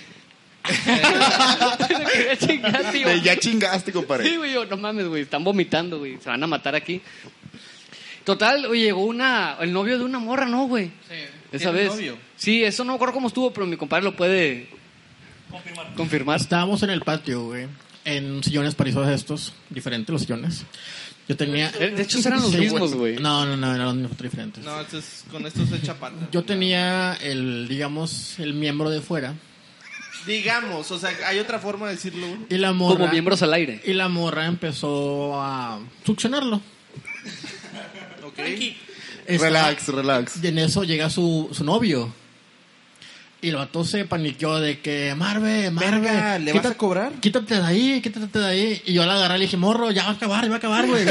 Ya chingaste, compadre. Sí, güey, yo, no mames, güey, están vomitando, güey. Se van a matar aquí. Total, güey, llegó el novio de una morra, ¿no, güey? Sí. Esa ¿Tiene vez. novio? Sí, eso no me acuerdo cómo estuvo, pero mi compadre lo puede confirmar. Estábamos en el patio, güey. En sillones parecidos a estos. Diferentes los sillones. Yo tenía... De hecho, eran los Sí, mismos, güey. No, eran los mismos, diferentes. No, con esto se echa pata. Yo tenía el miembro de fuera. Digamos, o sea, hay otra forma de decirlo, güey. Y la morra... Como miembros al aire. Y la morra empezó a succionarlo. Ok. Relax. Y en eso llega su novio. Y el vato se paniqueó de que, Marve, Verga, ¿le vas a cobrar? Quítate de ahí. Y yo la agarré y le dije, morro, ya va a acabar, güey.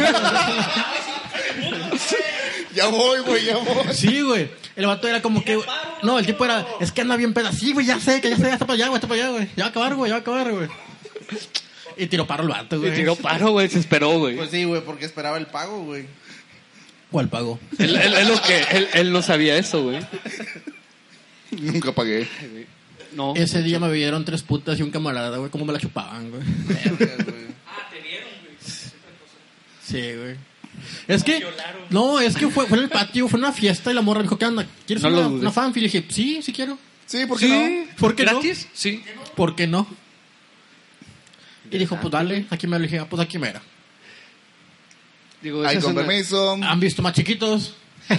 Ya voy, güey, ya voy. Sí, güey. El vato era como que... No, el tipo era... Es que anda bien pedo. Sí, güey, ya está para allá, güey. Ya va a acabar, güey. Y tiró paro el vato, güey. Y tiró paro, güey, se esperó, güey. Pues sí, güey, porque esperaba el pago, güey. ¿Cuál pago? Él no sabía eso, güey. Nunca pagué. No. Ese día me vieron 3 putas y un camarada, güey. ¿Cómo me la chupaban, güey? Verga, güey. Ah, te vieron, güey. Sí, güey. Es que... No, es que fue en el patio, fue una fiesta y la morra me dijo, ¿qué onda? ¿Quieres No lo dudes. una fanfic? Y le dije, sí quiero. Sí, ¿por qué no? ¿Por qué no? ¿Gratis? Sí. ¿Por qué no? Y dijo, pues dale, aquí me lo dije, pues aquí me era. Digo, Ay, esa con es una- permiso. ¿Han visto más chiquitos?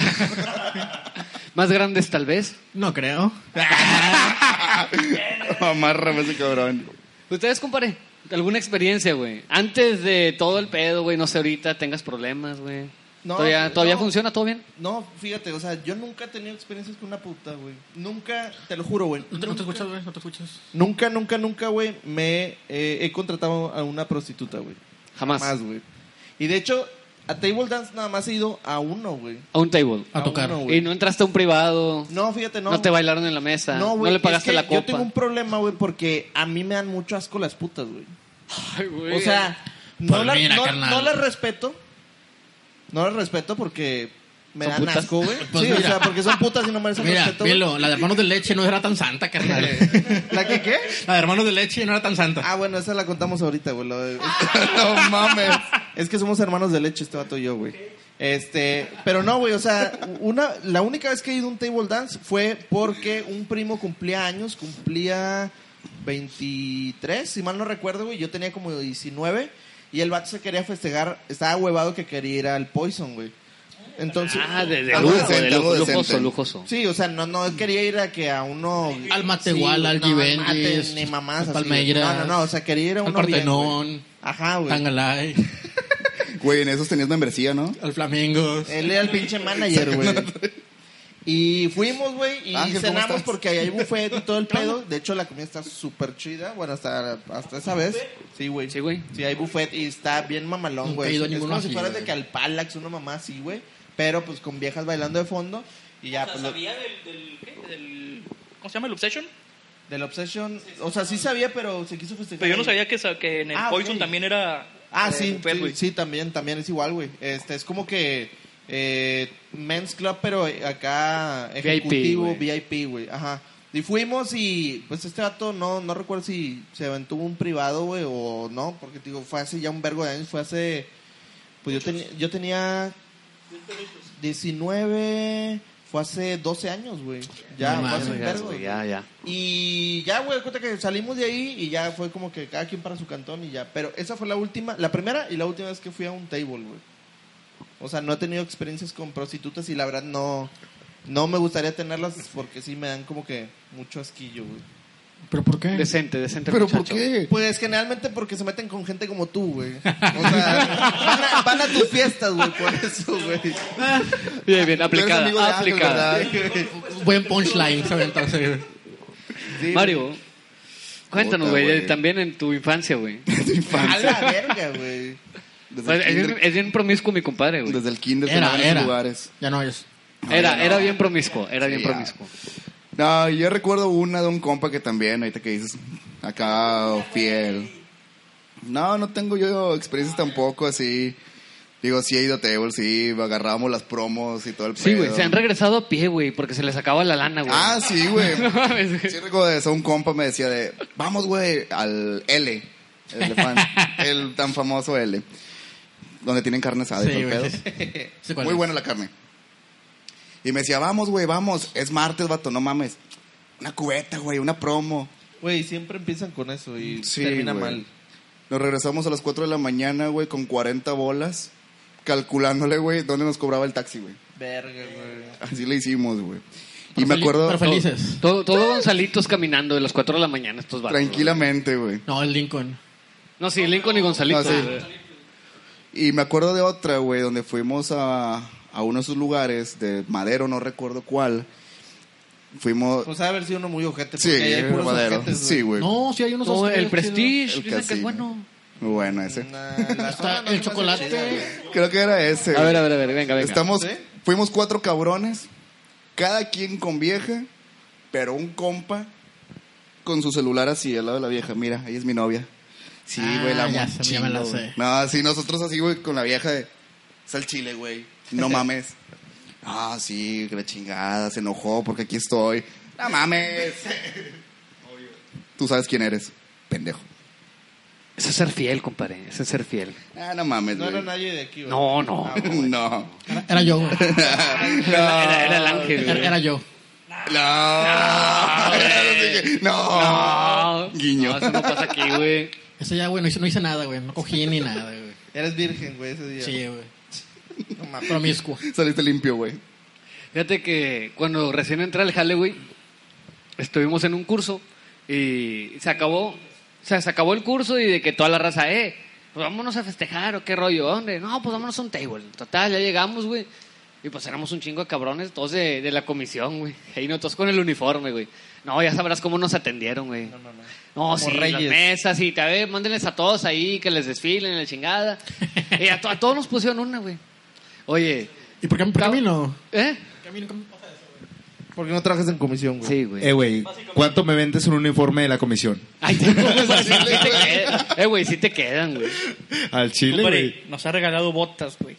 Más grandes, tal vez. No creo. Amárrame ese cabrón. ¿Ustedes, compadre? ¿Alguna experiencia, güey? Antes de todo el pedo, güey, no sé, ahorita tengas problemas, güey. No, ¿Todavía no. funciona? ¿Todo bien? No, fíjate, o sea, yo nunca he tenido experiencias con una puta, güey. Nunca, te lo juro, güey. No te escuchas, güey, no te escuchas. Nunca, güey, me he contratado a una prostituta, güey. Jamás. Más, güey. Y de hecho, A table dance nada más he ido a uno, güey. A un table. A tocar. uno, güey. Y no entraste a un privado. No, fíjate, no. No te bailaron en la mesa. No, No, güey. le pagaste es que la copa. Yo tengo un problema, güey, porque a mí me dan mucho asco las putas, güey. Ay, güey. O sea, Pues mira, carnal. no las respeto. No las respeto porque me ¿Son dan putas? asco, güey. Pues sí, mira. o sea, porque son putas y no merecen Mira, respeto, güey. Milo, la de hermanos de leche no era tan santa, carnal. ¿La que qué? La de hermanos de leche no era tan santa. Ah, bueno, esa la contamos ahorita, güey. No mames. Es que somos hermanos de leche, este vato y yo, güey. Pero no, güey, o sea, la única vez que he ido a un table dance fue porque un primo cumplía 23, si mal no recuerdo, güey. Yo tenía como 19 y el vato se quería festejar, estaba huevado que quería ir al Poison, güey. Entonces, de Algo lujo, decente, de algo lujoso, decente. lujoso. sí, o sea, no quería ir a que a uno... Al Matehuala, al no, Givenchy, mate, ni mamás al así, Palmeiras, No, o sea, quería ir a al uno bien, güey. Partenón, Ajá, güey. Tangalay, Güey, en esos tenías membresía, ¿no? al Flamingos. Él era el pinche manager, güey. Y fuimos, güey, y Ángel, ¿cómo cenamos estás? porque ahí hay buffet y todo el pedo. De hecho, la comida está súper chida. Bueno, hasta esa vez. Sí, güey. Sí, güey. Sí, hay buffet y está bien mamalón, Nunca güey. he ido a Es ninguno como si así, fueras güey. de que al Palax, una mamá así, güey. Pero pues con viejas bailando de fondo. Y ya, pues ¿Sabía del ¿cómo se llama? ¿El Obsession? del Obsession. O sea, sí sabía, pero se quiso festejar. Pero yo no ahí. sabía que en el Ah, Poison ok. también era... Sí, buffet, güey. sí, también es igual, güey. Es como que Men's Club, pero acá ejecutivo, VIP, güey. Ajá. Y fuimos y pues este vato no recuerdo si se aventó un privado, güey, o no, porque digo, fue hace ya un vergo de años, fue hace, pues yo tenía 19, fue hace 12 años, güey. Ya, No fue hace un mames, vergo. Güey, ya. Y ya, güey, cuenta que salimos de ahí y ya fue como que cada quien para su cantón y ya. Pero esa fue la primera y la última vez que fui a un table, güey. O sea, no he tenido experiencias con prostitutas y la verdad no me gustaría tenerlas porque sí me dan como que mucho asquillo, güey. ¿Pero por qué? Decente ¿Pero por muchacho. qué? Pues generalmente porque se meten con gente como tú, güey. O sea, van a tus fiestas, güey, por eso, güey. Bien, Tú eres amigo de aplicada, Ángel, aplicada. ¿verdad? Buen punchline, ¿sabes? Entonces, Sí, Mario, cuéntanos, Puta, güey, güey. también en tu infancia, güey. A la verga, güey. Desde Pues, el kinder, es bien promiscuo mi compadre, güey. desde el kinder se daban era. esos lugares. Ya no es. Era bien promiscuo, era bien Sí, ya. promiscuo. No, yo recuerdo una de un compa que también, ahorita que dices, acá fiel. No tengo yo experiencias tampoco así. Digo, sí he ido a tables, sí, agarrábamos las promos y todo el Sí, güey, pedo. se han regresado a pie, güey, porque se les acaba la lana, güey. Ah, sí, güey. No mames, güey. Sí recuerdo de eso, un compa me decía vamos, güey, al L, el elefante, el tan famoso L, donde tienen carne asada y Sí, todo el güey. pedo. Sí, ¿cuál Muy es? buena la carne. Y me decía, vamos, güey, vamos, es martes, vato, no mames. Una cubeta, güey, una promo. Güey, siempre empiezan con eso y Sí, termina güey. mal. Nos regresamos a las 4 de la mañana, güey, con 40 bolas, calculándole, güey, dónde nos cobraba el taxi, güey. Verga, güey. Así le hicimos, güey. Y Pero me acuerdo Pero felices. Todo Gonzalitos caminando de las 4 de la mañana, estos vatos. tranquilamente, güey. No, el Lincoln. No, sí, Lincoln y Gonzalitos. No, sí. güey. Y me acuerdo de otra, güey, donde fuimos a uno de esos lugares de Madero, no recuerdo cuál. Fuimos... Pues ha de haber sido uno muy ojete. Sí, Porque ahí hay puros Madero. ojetes, Sí, güey. No, sí hay unos No, el oscuros, Prestige, El dicen que es casino. bueno. Muy bueno ese. La Está zona no el se me hace chocolate. chida, güey. Creo que era ese. A güey. ver, venga. Estamos, ¿Sí? fuimos 4 cabrones, cada quien con vieja, pero un compa con su celular así al lado de la vieja. Mira, ahí es mi novia. Sí, Ah, güey, la ya amo sé, un ya me la chingo, sé. güey. No, sí, nosotros así, güey, con la vieja de... Es al chile, güey. No mames. Ah, sí, que la chingada, se enojó porque aquí estoy. No mames. Tú sabes quién eres, pendejo. Eso es ser fiel, compadre. Eso es ser fiel. Ah, no mames, No güey. era nadie de aquí, güey. No, no. Ah, güey. No. Era yo, güey. Era el ángel, güey. Era yo. No. Guiño. No, eso no pasa aquí, güey. Ese ya, güey, no hice nada, güey. No cogí ni nada, güey. Eres virgen, güey, ese día. Sí, güey. No mames. Promiscuo. Saliste limpio, güey. Fíjate que cuando recién entré al jale, güey, estuvimos en un curso y se acabó el curso y de que toda la raza, pues vámonos a festejar o qué rollo, ¿dónde? No, pues vámonos a un table. Total, ya llegamos, güey. Y pues éramos un chingo de cabrones, todos de la comisión, güey. Y nosotros con el uniforme, güey. No, ya sabrás cómo nos atendieron, güey. No, Como sí, reyes. las mesas y mándenles a todos ahí que les desfilen, la chingada. Y a todos nos pusieron una, güey. Oye, ¿Y por qué a mí no? ¿eh? ¿Por qué no trabajas en comisión, güey? Sí, güey. Güey, ¿cuánto me vendes un uniforme de la comisión? Ay, sí te quedan. Güey, sí te quedan, güey. Al chile, Compadre, güey. nos ha regalado botas, güey.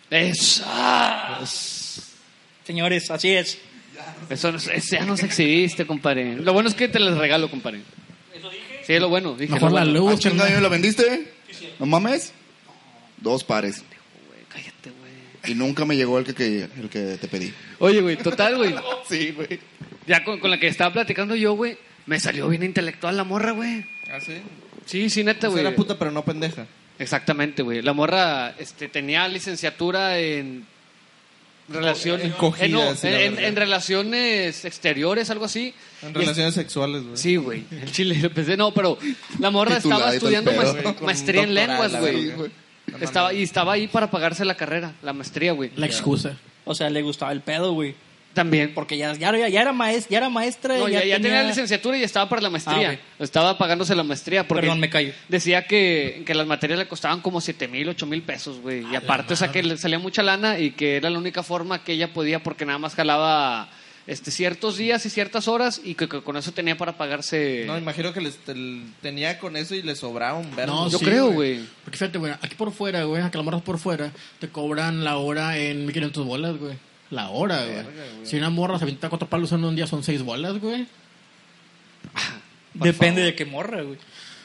Eso. Señores, así es. Eso ya no se exhibiste, compadre. Lo bueno es que te las regalo, compadre. ¿Eso dije? Sí, es lo bueno. Dije, Mejor lo la bueno. luz. Ah, chinga, ¿me lo vendiste? ¿No mames? 2 pares. Güey, cállate, güey. Y nunca me llegó el que te pedí. Oye, güey, total, güey. Sí, güey. Ya con la que estaba platicando yo, güey, me salió bien intelectual la morra, güey. ¿Ah, sí? Sí, neta, Pues güey. era puta, pero no pendeja. Exactamente, güey. La morra tenía licenciatura en relaciones... Encogidas, sí, la verdad. en relaciones exteriores, algo así. En Y relaciones sexuales, güey. Sí, güey. En Chile, lo pensé, no, pero la morra estaba Tituladito el estudiando pedo. Güey, con maestría en doctorado, lenguas, la güey. verga. Estaba ahí para pagarse la carrera, la maestría, güey. La excusa. O sea, le gustaba el pedo, güey. También. Porque ya era maestra. No, ya tenía la licenciatura y ya estaba para la maestría. Ah, ok. Estaba pagándose la maestría. Porque Perdón, me callo. decía que las materias le costaban como 7,000, 8,000 pesos, güey. Y aparte, o sea, que le salía mucha lana y que era la única forma que ella podía, porque nada más jalaba ciertos días y ciertas horas y que con eso tenía para pagarse. No, imagino que tenía con eso y le sobraba un verbo. No, Yo sí, creo, güey. Porque fíjate, güey, aquí por fuera, güey, aquí las morras por fuera, te cobran la hora en 1,500 bolas, güey. La hora, güey. Si una morra se avienta 4 palos en un día, son 6 bolas, güey. Depende de qué morra, güey.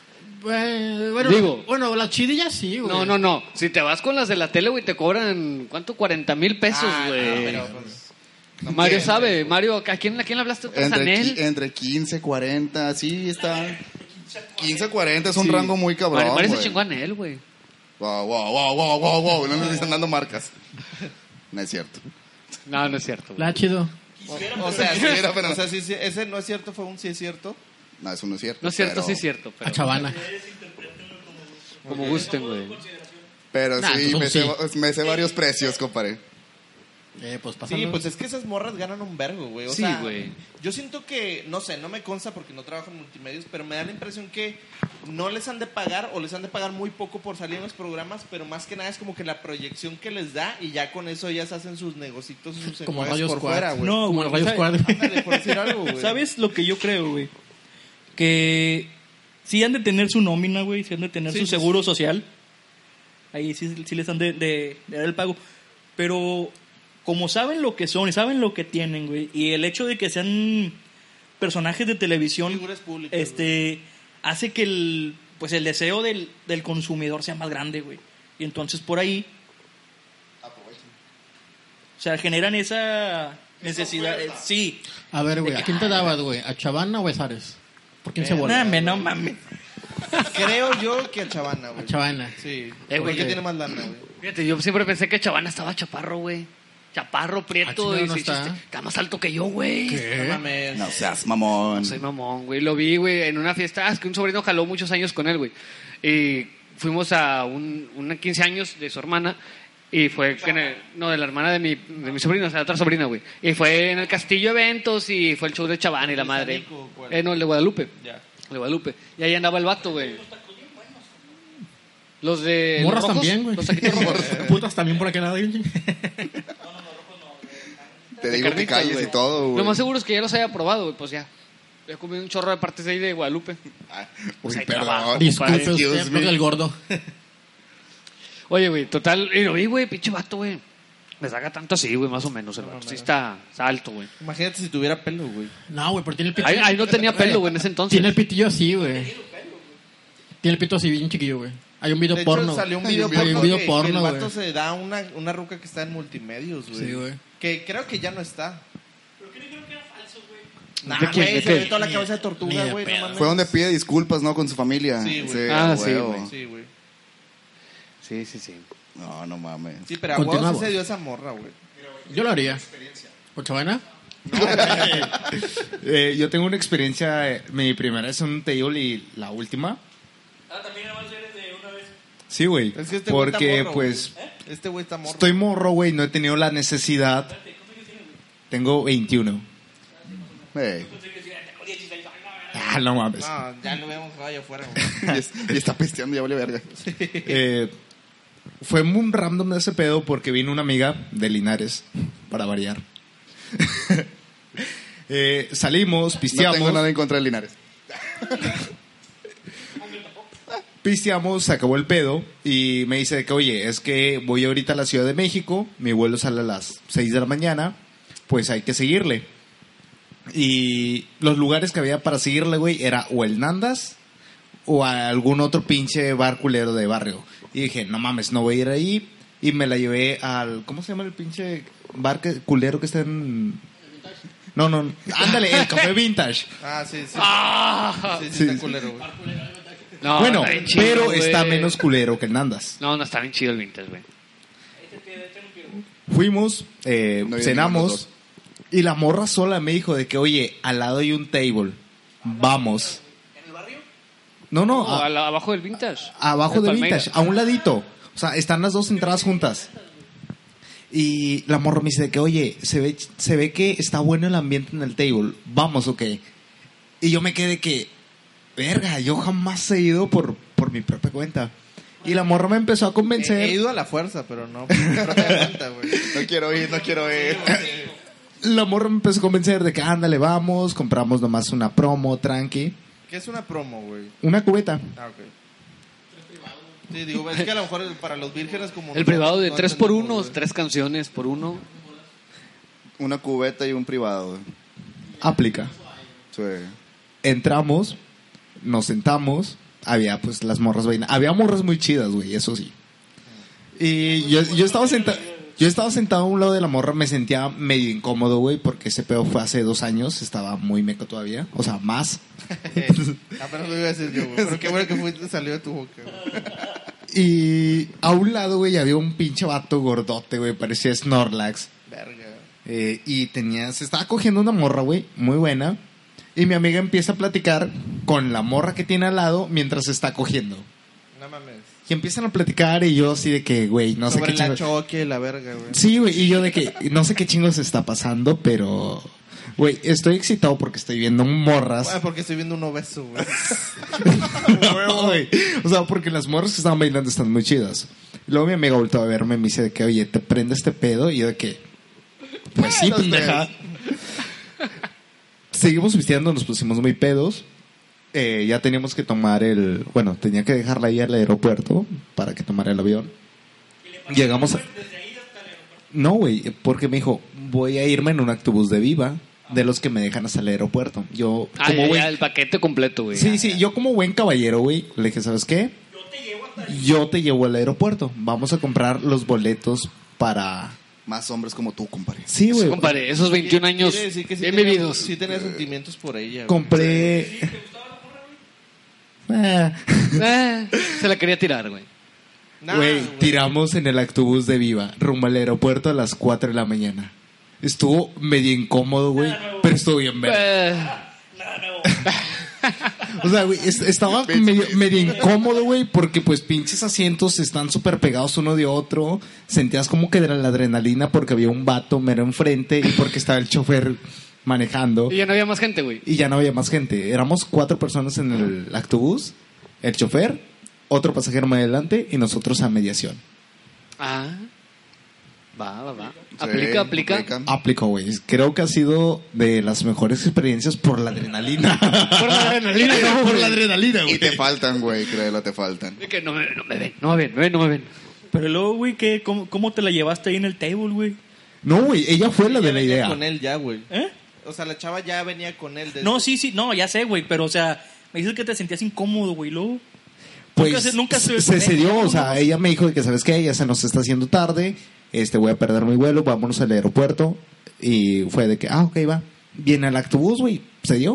Digo. Bueno, las chidillas sí, güey. No. Si te vas con las de la tele, güey, te cobran, ¿cuánto? 40,000 pesos, güey. No, pero pues... no Mario entiende. sabe. Mario, ¿a quién le hablaste? ¿A Sanel? Entre 15, 40, sí, está. 15, 40 es un Sí. rango muy cabrón. Mario se güey. chingó a Anel, güey. Wow. No nos están dando marcas. No es cierto. No es cierto, güey. La chido. O sea, sí, Quisiera, pero no. o sea, sí, ese no es cierto, fue un sí es cierto. No, eso no es cierto. No es cierto, pero- sí es cierto. A Pero Chavana. como gusten, güey. Pero Nah, sí, entonces me sé varios precios, compadre. Pues pásalo. Sí, pues es que esas morras ganan un vergo, güey. O Sí, sea, güey. yo siento que, no sé, no me consta porque no trabajo en multimedios, pero me da la impresión que no les han de pagar o les han de pagar muy poco por salir en los programas, pero más que nada es como que la proyección que les da y ya con eso ellas hacen sus negocitos y sus Como enjuagues Radio por Squad. fuera, güey. No, Como güey. el Radio ¿sabes? Squad. Ándale, por decir algo, güey. ¿Sabes lo que yo creo, güey? Que sí han de tener su nómina, güey, sí han de tener Sí, su sí, seguro social. Ahí sí les han de dar el pago. Pero como saben lo que son y saben lo que tienen, güey, y el hecho de que sean personajes de televisión, Figuras públicas, hace que el deseo del consumidor sea más grande, güey. Y entonces por ahí, o sea, generan esa necesidad. Sí. A ver, güey, ¿a quién te dabas, güey? ¿A Chavana o a Besares? ¿Por quién se vuelve? No mames. Creo yo que a Chavana, güey. A Chavana. Sí. güey, Porque tiene más lana, güey. Fíjate, yo siempre pensé que Chavana estaba chaparro, güey. Chaparro, prieto. chingado, Y no sí, está. está más alto que yo, güey. No mames. No seas mamón. Soy mamón, güey. Lo vi, güey, en una fiesta. Es que un sobrino jaló muchos años con él, güey. Y fuimos a un 15 años de su hermana. Y fue de la hermana de mi sobrino, o sea, otra sobrina, güey. Y fue en el Castillo Eventos y fue el show de Chavana y la madre. Iztacalco, ¿cuál? No, el de Guadalupe. Ya. El de Guadalupe. Y ahí andaba el vato, güey. Los de. Morras los rojos, también, güey. Los taquitos rojos. Putas también por aquel lado, güey. Te digo que carnitas, calles güey. y todo, güey. Lo más seguro es que ya los haya probado, güey, pues ya. Ya comí un chorro de partes de ahí de Guadalupe. Uy, ahí perdón. trabajo. Disculpe Excuse usted, me. pero el gordo. Oye, güey, total. Y lo vi, güey, pinche vato, güey. Me saca tanto así, güey, más o menos. El vato sí está alto, güey. Imagínate si tuviera pelo, güey. No, güey, pero tiene el pitillo. Ahí no tenía pelo, güey, en ese entonces. Tiene el pitillo así, güey. Tiene el pito así bien chiquillo, güey. Hay un video De hecho, porno. salió un Hay video un porno, video que porno, el vato güey. se da una ruca que está en multimedios, güey. Sí, güey. Que creo que ya no está. Nah, ¿De quién? güey, ¿De se ve qué? toda la cabeza de Ni tortuga, de güey, no pedo. mames. Fue donde pide disculpas, ¿no? Con su familia. Sí, güey. Ah, a sí, huevo. güey. Sí, güey. Sí. No, no mames. Sí, pero a huevos Continuamos. sí se dio esa morra, güey. Yo lo haría. ¿Con Chavana? Yo tengo una experiencia, mi primera es un table y la última. Ah, también nada más eres de una vez. Sí, güey. Es que este güey Porque, está morro, pues, güey. Este güey está morro. estoy morro, güey, no he tenido la necesidad. Tengo 21. Ey. Ah, no mames. No, ya lo vemos allá afuera, güey. Y está pisteando, ya vale verga. fue muy random ese pedo porque vino una amiga de Linares, para variar. Salimos, No pisteamos. tengo nada en contra de Linares. Pisteamos, se acabó el pedo y me dice de que, oye, es que voy ahorita a la Ciudad de México, mi vuelo sale a las 6 de la mañana, pues hay que seguirle. Y los lugares que había para seguirle, güey, era o el Nandas o a algún otro pinche bar culero de barrio. Y dije, no mames, no voy a ir ahí. Y me la llevé al, ¿cómo se llama el pinche bar culero que está en...? No, ándale, el Café Vintage. Ah, sí. Sí, Sí, está sí. culero, güey. No, Bueno, está bien chido, pero güey. está menos culero que el Nandas. No, está bien chido el vintage, güey. Fuimos, No había ninguno de los cenamos dos. y la morra sola me dijo de que, oye, al lado hay un table, vamos. ¿En el barrio? No, Abajo del vintage. abajo El de Palmeira. Vintage, a un ladito. O sea, están las dos entradas juntas. Y la morra me dice de que, oye, se ve que está bueno el ambiente en el table, vamos, ok. Y yo me quedé que, verga, yo jamás he ido por mi propia cuenta. Y la morra me empezó a convencer. He ido a la fuerza, pero no por mi propia cuenta, güey. No quiero ir. La morra me empezó a convencer de que ándale, vamos, compramos nomás una promo, tranqui. ¿Qué es una promo, güey? Una cubeta. Ah, ok. Sí, digo, es que a lo mejor para los vírgenes como... El privado de no 3 por 1, entendemos, güey. 3 canciones por 1. Una cubeta y un privado, güey. Aplica. Sí. Entramos, nos sentamos, había pues las morras bailando. Había morras muy chidas, güey, eso sí. Y yo estaba sentado a un lado de la morra, me sentía medio incómodo, güey, porque ese pedo fue hace 2 años, estaba muy meco todavía, o sea, más. Apenas lo iba a decir yo, güey. Pero qué bueno que salió de tu boca, güey. Y a un lado, güey, había un pinche vato gordote, güey, parecía Snorlax. Verga. Y se estaba cogiendo una morra, güey, muy buena. Y mi amiga empieza a platicar con la morra que tiene al lado mientras se está cogiendo. No mames. Y empiezan a platicar y yo así de que, güey, no sé Sobre qué la chingos. choque, la verga, güey. Sí, güey, y yo de que no sé qué chingos está pasando, pero, güey, estoy excitado porque estoy viendo morras. Ah, porque estoy viendo un obeso, güey. No, güey. O sea, porque las morras que estaban bailando están muy chidas. Y luego mi amiga volteó a verme y me dice de que, oye, ¿te prende este pedo? Y yo de que, pues sí, pendeja. Seguimos vistiendo, nos pusimos muy pedos. Ya teníamos que tomar tenía que dejarla ahí al aeropuerto para que tomara el avión. Llegamos a... No, güey, porque me dijo, voy a irme en un autobús de Viva, de los que me dejan hasta el aeropuerto. Yo, como güey... el paquete completo, güey. Sí, yo como buen caballero, güey, le dije, ¿sabes qué? Yo te llevo al aeropuerto. Vamos a comprar los boletos para... Más hombres como tú, compadre. Sí, güey. Compadre, esos 21 años Quiere decir que sí bien tenía- vividos. Sí tenía sentimientos por ella, güey. Compré... Se la quería tirar, güey. Nah, Güey, tiramos en el autobús de Viva, rumbo al aeropuerto a las 4 de la mañana. Estuvo medio incómodo, güey, pero estuvo bien verga. O sea, güey, estaba medio incómodo, güey, porque pues pinches asientos están súper pegados uno de otro. Sentías como que era la adrenalina porque había un vato mero enfrente y porque estaba el chofer manejando. Y ya no había más gente, güey. Y ya no había más gente. Éramos 4 personas en el autobús, el chofer, otro pasajero más adelante y nosotros a mediación. Ah. Va. Sí, Aplica. Aplicó, güey. Creo que ha sido de las mejores experiencias por la adrenalina. Por la adrenalina, no, Por güey. la adrenalina, Y güey. te faltan, güey, créelo, te faltan. De que no me ven. Pero luego, güey, ¿cómo te la llevaste ahí en el table, güey? No, güey, ella fue la Ya de la venía idea. con él ya, güey. ¿Eh? O sea, la chava ya venía con él. Desde... No, sí, no, ya sé, güey, pero, o sea, me dices que te sentías incómodo, güey, luego... Pues nunca se cedió, o sea, ella me dijo de que, ¿sabes qué? Ya se nos está haciendo tarde, voy a perder mi vuelo, vámonos al aeropuerto. Y fue de que, ok, va. Viene al autobús, güey, se dio.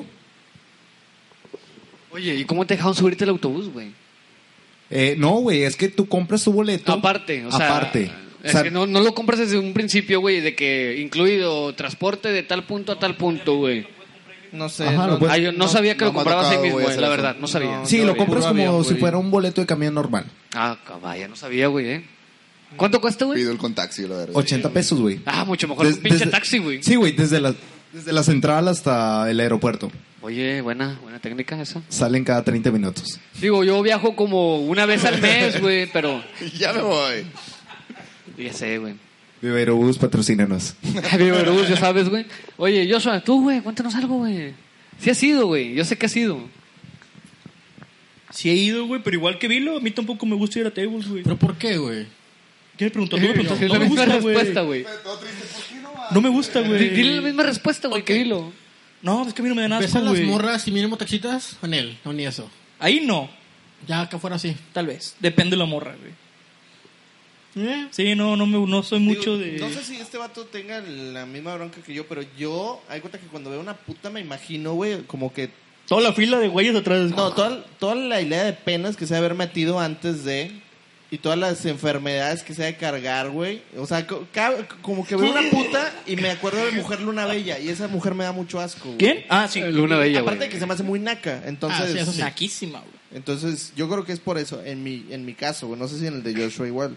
Oye, ¿y cómo te dejaron subirte al autobús, güey? No, güey, es que tú compras tu boleto. Aparte, o sea... Aparte. Es O sea, que no lo compras desde un principio, güey, de que incluido transporte de tal punto a tal punto, güey. No sé. Ajá, lo puedes- Yo no sabía que no lo me ha comprabas ahí tocado, mismo, güey, güey, hacer la eso. verdad, no sabía. No. Sí, lo compras puro como avión, si güey. fuera un boleto de camión normal. Ah, vaya, no sabía, güey, ¿Cuánto cuesta, güey? Pido el con taxi, la verdad. 80 pesos, güey. Ah, mucho mejor que un pinche taxi, güey. Sí, güey, desde las entradas hasta el aeropuerto. Oye, buena técnica esa. Salen cada 30 minutos. Digo, yo viajo como una vez al mes, güey, pero... Ya me voy. Ya sé, güey. Viva Aerobús, patrocínanos. Viva Aerobús, ya sabes, güey. Oye, Joshua, tú, güey, cuéntanos algo, güey. Sí has ido, güey. Yo sé que has ido. Sí he ido, güey, pero igual que Vilo, a mí tampoco me gusta ir a tables, güey. ¿Pero por qué, güey? ¿Qué me preguntó? Tú me preguntaste. Es No la me misma gusta, respuesta, güey. güey. No me gusta, güey. Dile la misma respuesta, güey, que dilo. No, es que a mí no me da nada, ¿Ves a las güey. morras y mínimo taxitas? ¿O en él? ¿O ni eso? Ahí no, Ya acá fuera así. tal vez. Depende de la morra, güey. Sí, no soy mucho de... No sé si este vato tenga la misma bronca que yo, pero yo, hay cuenta que cuando veo una puta me imagino, güey, como que... Toda la fila de güeyes atrás. No, toda la idea de penas que se debe haber metido antes de... Y todas las enfermedades que se debe cargar, güey. O sea, como que veo una puta y me acuerdo de Mujer Luna Bella. Y esa mujer me da mucho asco, güey. ¿Quién? Ah, sí. Luna Bella, güey. Aparte de que se me hace muy naca. Entonces, sí, eso sí. Naquísima, güey. entonces yo creo que es por eso, en mi caso, güey. No sé si en el de Joshua igual.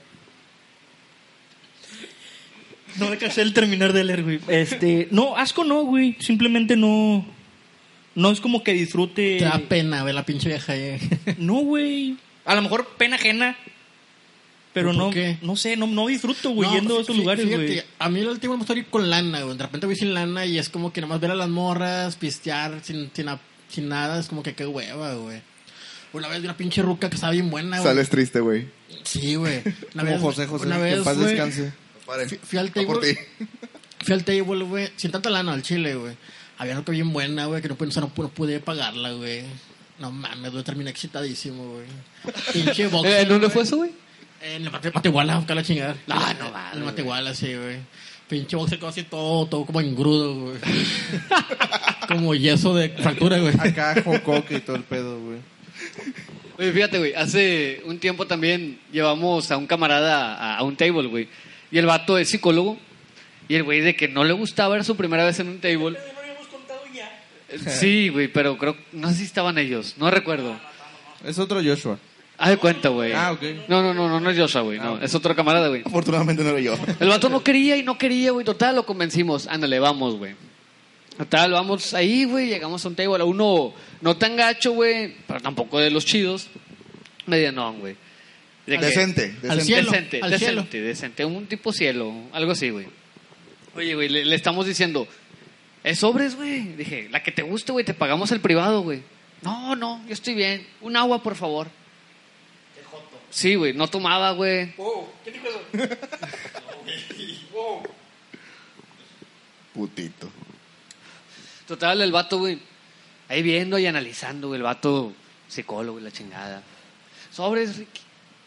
No le casé el terminar de leer, güey. No, asco no, güey. Simplemente no... No es como que disfrute... Te da pena ver la pinche vieja ahí. No, güey. A lo mejor pena ajena. Pero ¿Por no, qué? no sé, no disfruto, güey, No, yendo a esos lugares, fíjate, güey. a mí el último me gusta ir con lana, güey. De repente voy sin lana y es como que nomás ver a las morras, pistear sin nada. Es como que qué hueva, güey. Una vez vi una pinche ruca que estaba bien buena, güey. Sales triste, güey. Sí, güey. Una Como vez, José, una que vez, en paz güey, descanse. Fui al Va por table, ti. fui al table, güey, sin tanta lana al chile, güey. Había una que bien buena, güey, que no pude pagarla, güey. No mames, güey, terminé excitadísimo, güey. Pinche boxer. ¿En dónde güey. fue eso, güey? En el Matehuala, acá la chingada. No mames, En el Matehuala, sí, güey. Pinche boxer quedó así todo como engrudo, güey. Como yeso de fractura, güey. Acá, Jocoque y todo el pedo, güey. Oye, fíjate, güey, hace un tiempo también llevamos a un camarada a un table, güey. Y el vato es psicólogo. Y el güey de que no le gustaba, era su primera vez en un table. Sí, güey, pero creo, no sé si estaban ellos, no recuerdo. Es otro Joshua. Haz de cuenta, güey. Ah, ok. No es Joshua, güey, no, es otro camarada, güey. Afortunadamente no era yo. El vato no quería, güey, total, lo convencimos. Ándale, vamos, güey. Total, vamos ahí, güey, llegamos a un table, a uno no tan gacho, güey, pero tampoco de los chidos. Medianón, güey. Decente. Al cielo, Decente, un tipo cielo, algo así, güey. Oye, güey, le estamos diciendo, ¿es sobres, güey? Dije, la que te guste, güey, te pagamos el privado, güey. No, yo estoy bien. Un agua, por favor. Sí, güey, no tomaba, güey. ¿Qué dijo eso? Putito. Total, el vato, güey, ahí viendo y analizando, güey, el vato psicólogo y la chingada. Sobres, Ricky.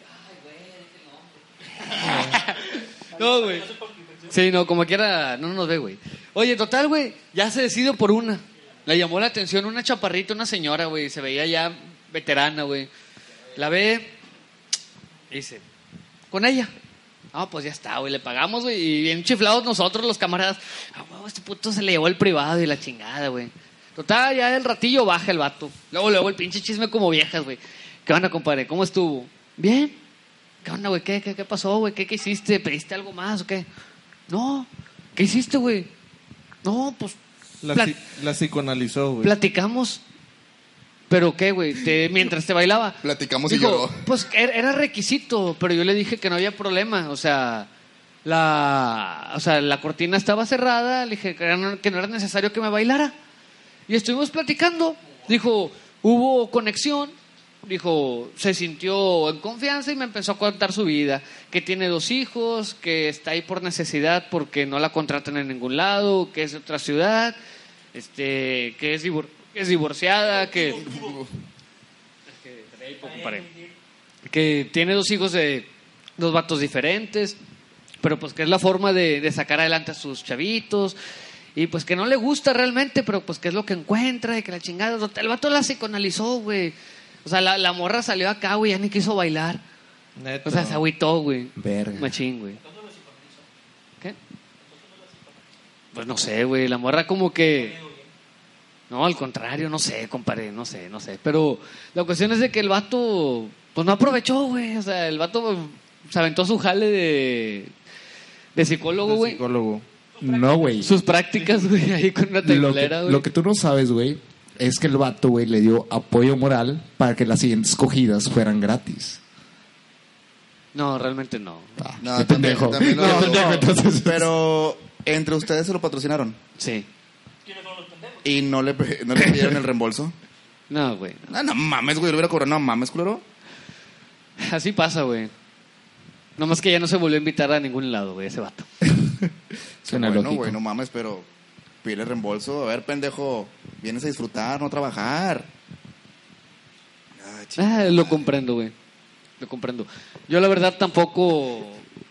Ay, güey, no, güey. Sí, no, como quiera, no nos ve, güey. Oye, total, güey, ya se decidió por una. Le llamó la atención una chaparrita, una señora, güey, se veía ya veterana, güey. La ve y dice, con ella. No, pues ya está, güey, le pagamos, güey, y bien chiflados nosotros, los camaradas. Ah, güey, este puto se le llevó el privado y la chingada, güey. Total, ya del ratillo baja el vato. Luego el pinche chisme como viejas, güey. ¿Qué onda, compadre? ¿Cómo estuvo? ¿Bien? ¿Qué onda, güey? ¿Qué pasó, güey? ¿Qué hiciste? ¿Pediste algo más o qué? No. ¿Qué hiciste, güey? No, pues... La psicoanalizó, güey. Platicamos. ¿Pero qué, güey? Mientras te bailaba. Platicamos y Dijo, lloró. pues era requisito, pero yo le dije que no había problema. O sea, la cortina estaba cerrada. Le dije que no era necesario que me bailara. Y estuvimos platicando. Dijo, hubo conexión. Dijo, se sintió en confianza y me empezó a contar su vida. Que tiene 2 hijos, que está ahí por necesidad porque no la contratan en ningún lado, que es de otra ciudad, que es divorciada, que tiene 2 hijos de 2 vatos diferentes, pero pues que es la forma de sacar adelante a sus chavitos. Y pues que no le gusta realmente, pero pues que es lo que encuentra y que la chingada. El vato la psicoanalizó, güey. O sea, la morra salió acá, güey, ya ni quiso bailar. Neto. O sea, se agüitó, güey. Verga. Machín, güey. ¿Qué? Pues no sé, güey. La morra como que... No, al contrario, no sé, compadre, no sé. Pero la cuestión es de que el vato, pues no aprovechó, güey. O sea, el vato se aventó su jale de psicólogo, güey. Psicólogo. No, güey. Sus prácticas, güey, ahí con una tablera, güey. Lo que tú no sabes, güey, es que el vato, güey, le dio apoyo moral para que las siguientes cogidas fueran gratis. No, realmente no. No, qué también, pendejo. también lo- No, pendejo, entonces. Pero entre ustedes se lo patrocinaron. Sí. ¿Y no le pidieron el reembolso? No, güey. No, no mames, güey, lo hubiera cobrado. No mames, culero. Así pasa, güey. Nomás que ya no se volvió a invitar a ningún lado, güey, ese vato. Suena Bueno, lógico. güey, no mames, pero pide reembolso. A ver, pendejo, vienes a disfrutar, no a trabajar. Lo comprendo, güey. Lo comprendo. Yo la verdad tampoco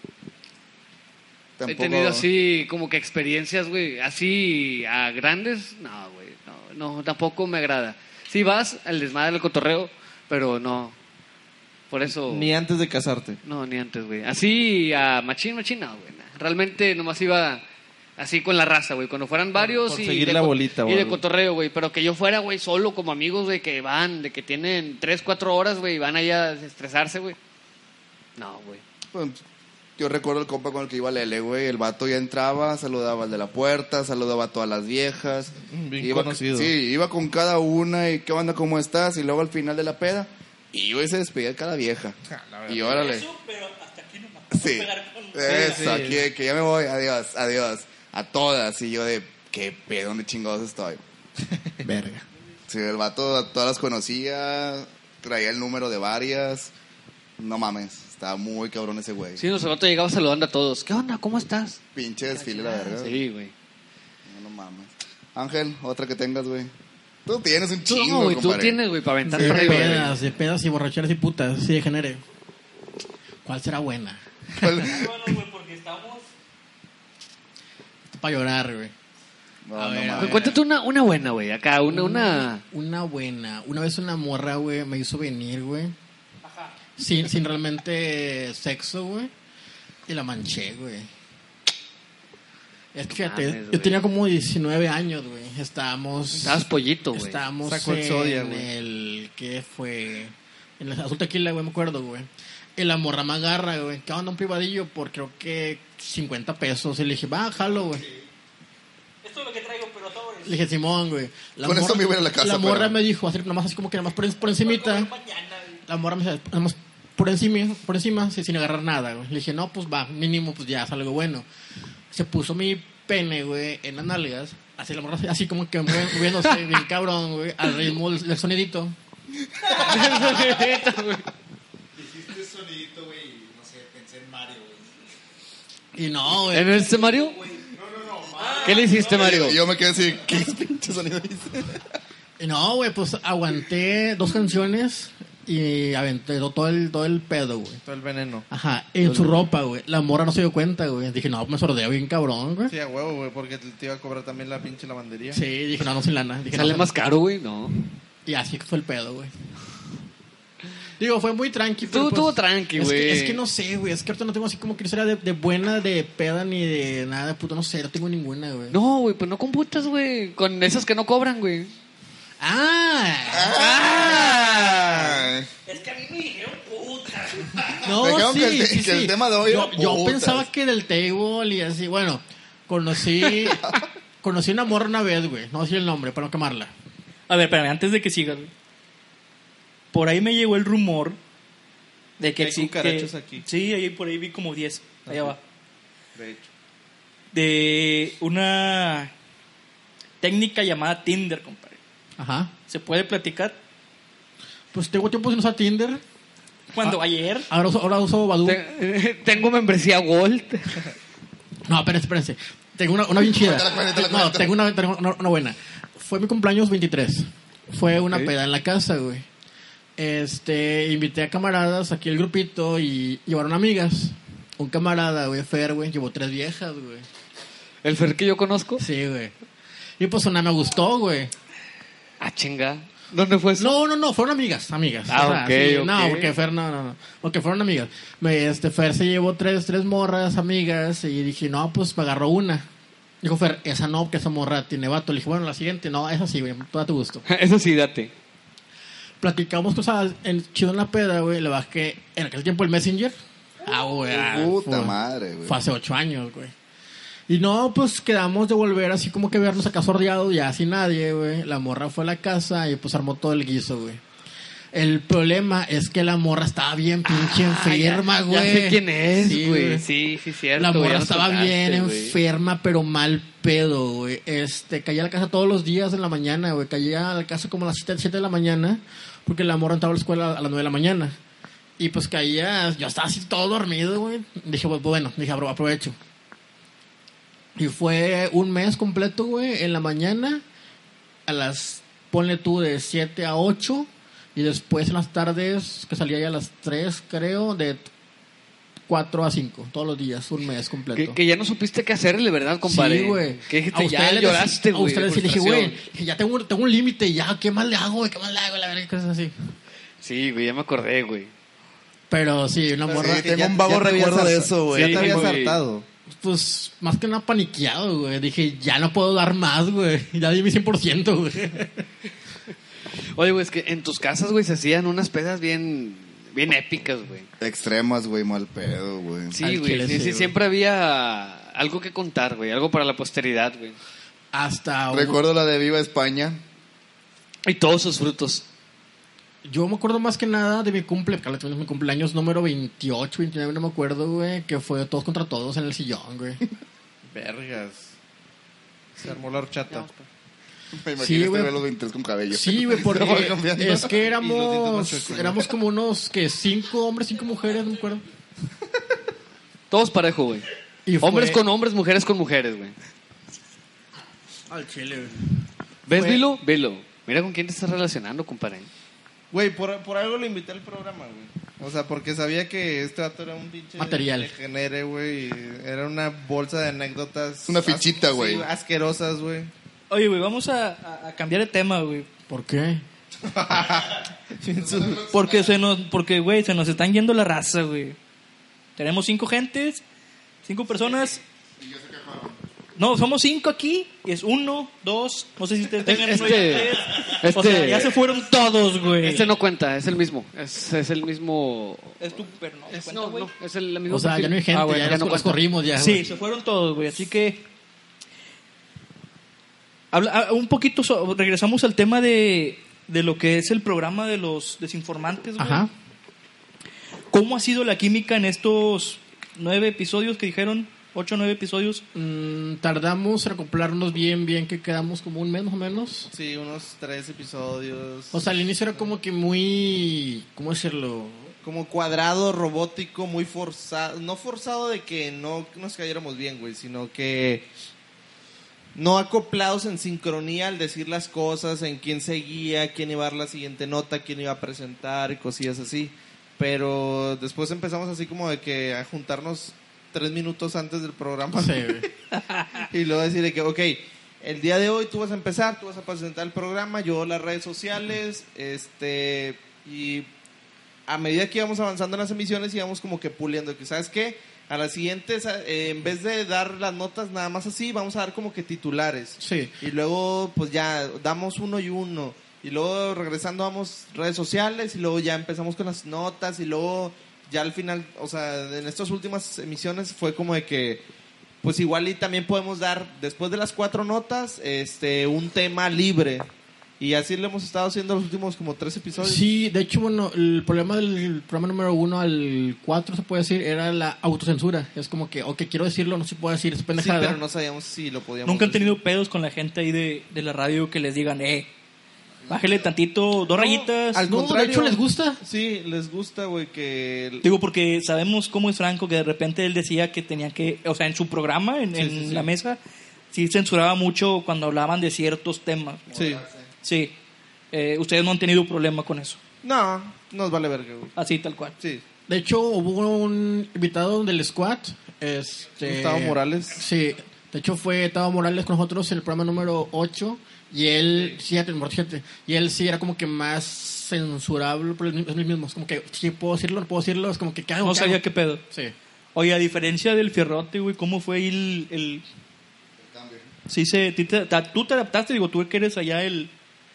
he tenido así como que experiencias, güey, así a grandes. No, güey, no, tampoco me agrada. Sí vas al desmadre del cotorreo, pero no. Por eso... Ni antes de casarte. No, ni antes, güey. Así a machín, no, güey. Realmente nomás iba así con la raza, güey. Cuando fueran varios Por y... seguir de la co- bolita, Y güey. de cotorreo, güey. Pero que yo fuera, güey, solo como amigos, güey, que van, de que tienen 3, 4 horas, güey, y van allá a estresarse, güey. No, güey. Pues, yo recuerdo el compa con el que iba Lele, güey. El vato ya entraba, saludaba al de la puerta, saludaba a todas las viejas. Bien Iba, conocido. Sí, iba con cada una y qué onda, cómo estás. Y luego al final de la peda, iba y se despedía de cada vieja. Y órale. Pero hasta aquí no me Sí, eso, aquí, que ya me voy, adiós, adiós. A todas. Y yo de, qué pedo, ¿dónde chingados estoy? Verga. Sí, el vato a todas las conocía, traía el número de varias. No mames, estaba muy cabrón ese güey. Sí, nosotros llegaba saludando a todos. ¿Qué onda? ¿Cómo estás? Pinche desfile, la verga. Sí, güey. No mames. Ángel, otra que tengas, güey. Tú tienes un Tú, chingo, no, güey, tú compadre. tienes, güey, para aventar Sí, para arriba, güey. De pedas y borracheras y putas, así de genere. ¿Cuál será buena? Bueno, güey, porque estamos... Para llorar, güey. No, A no ver, mames. Cuéntate una buena, güey. Acá, una... Una buena. Una vez una morra, güey, me hizo venir, güey. Sin realmente sexo, güey. Y la manché, güey. Es que fíjate, mames, yo güey. tenía como 19 años, güey. Estábamos pollito, güey. Estábamos Sacó en Exodia, güey. el... ¿Qué fue? En el Azul Tequila, güey, me acuerdo, güey. Y la morra me agarra, güey. ¿Qué onda un privadillo? Por creo que 50 pesos. Y le dije, va, jalo, güey. Esto es lo que traigo, pero todo Le dije, Simón, güey. Con esto me voy a la casa, La morra pero- me dijo, así, nomás así como que nomás por encimita. La morra me dice, nomás por encima, sin agarrar nada, güey. Le dije, no, pues va, mínimo, pues ya es algo bueno. Se puso mi pene, güey, en las nalgas. Así la morra, así como que moviéndose bien cabrón, güey, al ritmo del sonidito. Hiciste sonidito, güey, no sé, pensé en Mario, güey. Y no, güey. ¿En este Mario? ¿Qué le hiciste, Mario? Yo me quedé así, ¿qué pinche sonido hice? Y no, güey, pues aguanté 2 canciones y aventé todo el pedo, güey. Todo el veneno. Ajá, en su ropa, güey. La morra no se dio cuenta, güey. Dije, no, me sordeo bien cabrón, güey. Sí, a huevo, güey, porque te iba a cobrar también la pinche lavandería. Sí, dije, no, sin lana. Dije, ¿Sale no, más caro, güey? No. Y así fue el pedo, güey. Digo, fue muy tranqui. Tú pero, pues, estuvo tranqui, güey. Es que no sé, güey. Es que ahorita no tengo así como que historia de buena, de peda, ni de nada, puto. No sé, no tengo ninguna, güey. No, güey, pues no computas, güey. Con esas que no cobran, güey. ¡Ah! Es que a mí me dijeron puta. No, Me dijeron sí, que sí, que el sí. tema de hoy Yo, era yo putas. pensaba que del table y así. Bueno, conocí una morra una vez, güey. No voy a decir el nombre para no quemarla. A ver, espérame, antes de que sigas, güey. Por ahí me llegó el rumor de que Hay cucarachas aquí. Sí, ahí por ahí vi como 10. Allá va. De hecho. De una técnica llamada Tinder, compadre. Ajá. ¿Se puede platicar? Pues tengo tiempo sin usar Tinder. Cuando ayer. Ahora uso Badoo. Tengo membresía Gold. No, espérense. Tengo una bien chida. Cuéntala. No, tengo una buena. Fue mi cumpleaños 23. Fue una Ok. peda en la casa, güey. Invité a camaradas aquí el grupito y llevaron amigas. Un camarada, güey, Fer, güey, llevó 3 viejas, güey. ¿El Fer que yo conozco? Sí, güey. Y pues una me gustó, güey. Ah, chinga. ¿Dónde fue eso? No, fueron amigas. Ah, ok, sí, ok. No, porque Fer no. Porque fueron amigas. Fer se llevó tres morras, amigas, y dije, no, pues me agarró una. Dijo Fer, esa no, que esa morra tiene vato. Le dije, bueno, la siguiente, no, esa sí, güey, toda tu gusto. Eso sí, date. Platicamos cosas chido en la peda, güey. Le bajé en aquel tiempo el Messenger. Güey. Puta madre, güey. Fue hace 8 años, güey. Y no, pues quedamos de volver así como que vernos acá sordeados, ya sin nadie, güey. La morra fue a la casa y pues armó todo el guiso, güey. El problema es que la morra estaba bien pinche enferma, güey. Ya sé quién es, Sí, güey. Sí, cierto. La güey, morra ya nos estaba contaste, bien güey. enferma, pero mal pedo, güey. Caía a la casa todos los días en la mañana, güey. Caía a la casa como a las 7 de la mañana, porque la morra entraba a la escuela a las 9 de la mañana. Y pues caía, yo estaba así todo dormido, güey. Dije, bueno, aprovecho. Y fue un mes completo, güey, en la mañana, ponle tú de 7 a 8, y después en las tardes, que salía ya a las 3, creo, de 4 a 5, todos los días, un mes completo. Que ya no supiste qué hacerle, ¿verdad, compadre? Sí, güey. Que dijiste, A ya ustedes lloraste, a güey. ustedes de sí dije, frustración. güey, dije, ya tengo un límite, ya, ¿qué más le hago, güey? ¿Qué más le hago? La verdad, cosas así. Sí, güey, ya me acordé, güey. Pero sí, una morra, Sí, tengo un vago recuerdo de eso, güey. Ya Sí, te habías güey. hartado. pues, más que nada paniqueado, güey. Dije, ya no puedo dar más, güey. Ya di mi 100%, güey. Oye, güey, es que en tus casas, güey, se hacían unas pedas bien épicas, güey. Extremas, güey, mal pedo, güey. Sí, Al güey, chile, sí, sí, sí, güey. siempre había algo que contar, güey, algo para la posteridad, güey. Hasta... Recuerdo la de Viva España. Y todos sus frutos. Yo me acuerdo más que nada de mi mi cumpleaños número 28, 29, no me acuerdo, güey. Que fue todos contra todos en el sillón, güey. Vergas. Se armó la horchata. Me imagino Sí, este güey. güey a los 23 con cabello. Sí, güey, porque Se va cambiando. es que Y los dientes más chuecos. éramos como unos, que 5 hombres, 5 mujeres, no me acuerdo. Todos parejo, güey. Y fue- Hombres con hombres, mujeres con mujeres, güey. Al chile, güey. ¿Ves, Fue- Vilo? Vilo. Mira con quién te estás relacionando, compadre. Güey, por algo le invité al programa, güey. O sea, porque sabía que este vato era un pinche... Material. degenere, güey. y Era una bolsa de anécdotas... Una fichita, güey. sí, asquerosas, güey. Oye, güey, vamos a cambiar de tema, güey. ¿Por qué? Porque, güey, se nos están yendo la raza, güey. Tenemos 5 gentes, 5 personas. No, somos 5 aquí. Y es 1, 2. No sé si ustedes tengan uno y tres. O sea, ya se fueron todos, güey. Este no cuenta, es el mismo. Es el mismo. Es tu, pero no, Es, cuenta, no, güey. no, es el mismo. O sea, perfil. ya no hay gente, Bueno, ya no nos cuenta. corrimos ya, Sí, güey. se fueron todos, güey. Así que. Un poquito. Regresamos al tema de lo que es el programa de los desinformantes, güey. Ajá. ¿Cómo ha sido la química en estos 9 episodios que dijeron? 8 o 9 episodios. Tardamos en acoplarnos bien, que quedamos como un mes más o menos. Sí, unos 3 episodios. O sea, al inicio era como que muy... ¿Cómo decirlo? Como cuadrado, robótico, muy forzado. No forzado de que no nos cayéramos bien, güey, sino que no acoplados en sincronía al decir las cosas, en quién seguía, quién iba a dar la siguiente nota, quién iba a presentar y cosillas así. Pero después empezamos así como de que a juntarnos 3 minutos antes del programa. Sí, güey. Y luego decirle que, ok, el día de hoy tú vas a empezar, tú vas a presentar el programa, yo las redes sociales, y a medida que íbamos avanzando en las emisiones íbamos como que puliendo, que sabes qué, a las siguientes, en vez de dar las notas nada más así, vamos a dar como que titulares. Sí. Y luego pues ya damos uno y uno. Y luego regresando damos redes sociales y luego ya empezamos con las notas y luego ya al final, o sea, en estas últimas emisiones fue como de que pues igual y también podemos dar después de las 4 notas un tema libre. Y así lo hemos estado haciendo los últimos como 3 episodios. Sí, de hecho, bueno, el problema del programa número 1 al 4, se puede decir, era la autocensura. Es como que, ok, quiero decirlo, no se puede decir, es Sí, pendejada. pero no sabíamos si lo podíamos Nunca han decir. tenido pedos con la gente ahí de la radio que les digan, bájale tantito, 2 rayitas. al No, contrario. de hecho, les gusta. Sí, les gusta, güey, que... Digo, porque sabemos cómo es Franco, que de repente él decía que tenía que, o sea, en su programa, en sí. la mesa, sí censuraba mucho cuando hablaban de ciertos temas. Sí. Sí. Ustedes no han tenido problema con eso. No, nos vale verga, güey. Así, tal cual. Sí. De hecho, hubo un invitado del squad. Gustavo Morales. Sí, de hecho fue Tavo Morales con nosotros en el programa número 8. Y él, fíjate, y él sí era como que más censurable por el mismo. Es como que, sí, puedo decirlo, no puedo decirlo. Es como que, ¿qué hago? No ¿Qué sabía hago? qué pedo. Sí. Oye, a diferencia del Fierrote, güey, ¿cómo fue ahí el... Sí, tú te adaptaste, digo, tú que eres allá el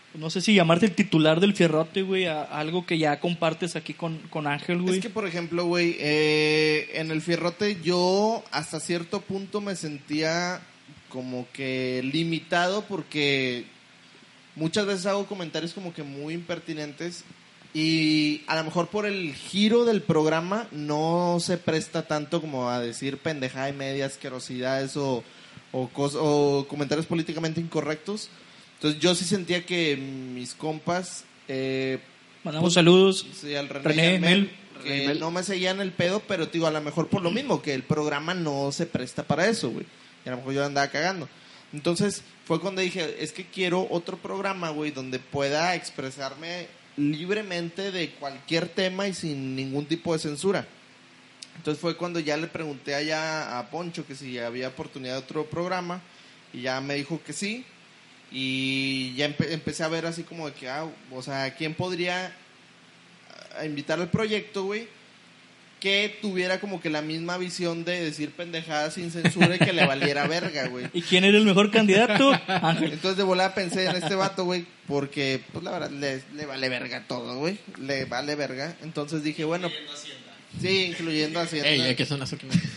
no sé si llamarte el titular del fierrote, güey, a algo que ya compartes aquí con Ángel, güey. Es que, por ejemplo, güey, en el fierrote yo hasta cierto punto me sentía como que limitado porque muchas veces hago comentarios como que muy impertinentes y a lo mejor por el giro del programa no se presta tanto como a decir pendejada y media, asquerosidades o comentarios políticamente incorrectos. Entonces yo sí sentía que mis compas... mandamos saludos. Sí, al René, y al Mel. que no me seguían el pedo, pero digo, a lo mejor por lo mismo, que el programa no se presta para eso, güey. Y a lo mejor yo andaba cagando. Entonces fue cuando dije, es que quiero otro programa, güey, donde pueda expresarme libremente de cualquier tema y sin ningún tipo de censura. Entonces fue cuando ya le pregunté allá a Poncho que si había oportunidad de otro programa y ya me dijo que sí. Y ya empecé a ver así como de que, o sea, ¿quién podría invitar al proyecto, güey? Que tuviera como que la misma visión de decir pendejadas sin censura y que le valiera verga, güey. ¿Y quién era el mejor candidato? Ángel. Entonces de volada pensé en este vato, güey, porque pues la verdad le vale verga todo, güey. Le vale verga. Entonces dije, bueno... Sí, incluyendo Hacienda. Ey, que son las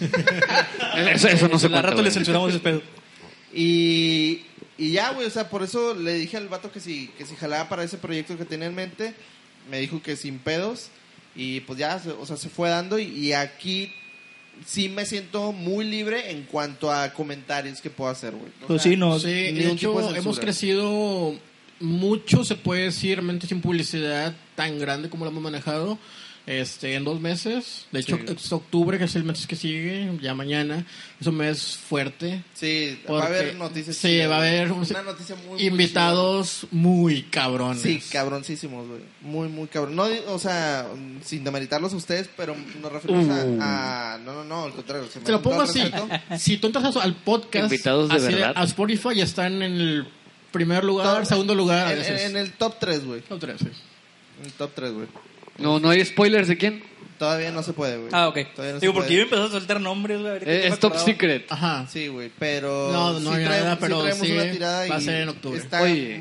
Eso no se Al rato cuenta, le güey. censuramos ese pedo. Y ya, güey, o sea, por eso le dije al vato que si jalaba para ese proyecto que tenía en mente. Me dijo que sin pedos. Y pues ya, o sea, se fue dando. Y aquí sí me siento muy libre en cuanto a comentarios que puedo hacer, güey. O Pues sea, sí, no. Sí, de ningún tipo de hecho, censura. hemos crecido mucho, se puede decir, realmente sin publicidad tan grande como lo hemos manejado. En 2 meses, de hecho es octubre, que es el mes que sigue, ya mañana, es un mes fuerte. Sí, va a Porque- haber noticias. sí, chidas, va a güey. haber una noticia muy invitados muy cabrones. Sí, cabroncísimos, güey. Muy, muy cabrón. No, o sea, sin demeritarlos a ustedes, pero nos referimos a... No, al contrario. Te lo pongo así, si tú entras al podcast, Invitados de así verdad. a Spotify, están en el primer lugar, segundo lugar, a veces. En el top 3, güey. Top 3, sí. En el top 3, güey. No hay spoilers de quién. Todavía no se puede, güey. Ah, ok. Todavía no Digo, se porque puede. yo empezó a soltar nombres, güey. ahorita que me Es top acordaba. secret. Ajá. Sí, güey, pero... No hay nada, pero traemos sí, una tirada va a y ser en octubre. Está Oye.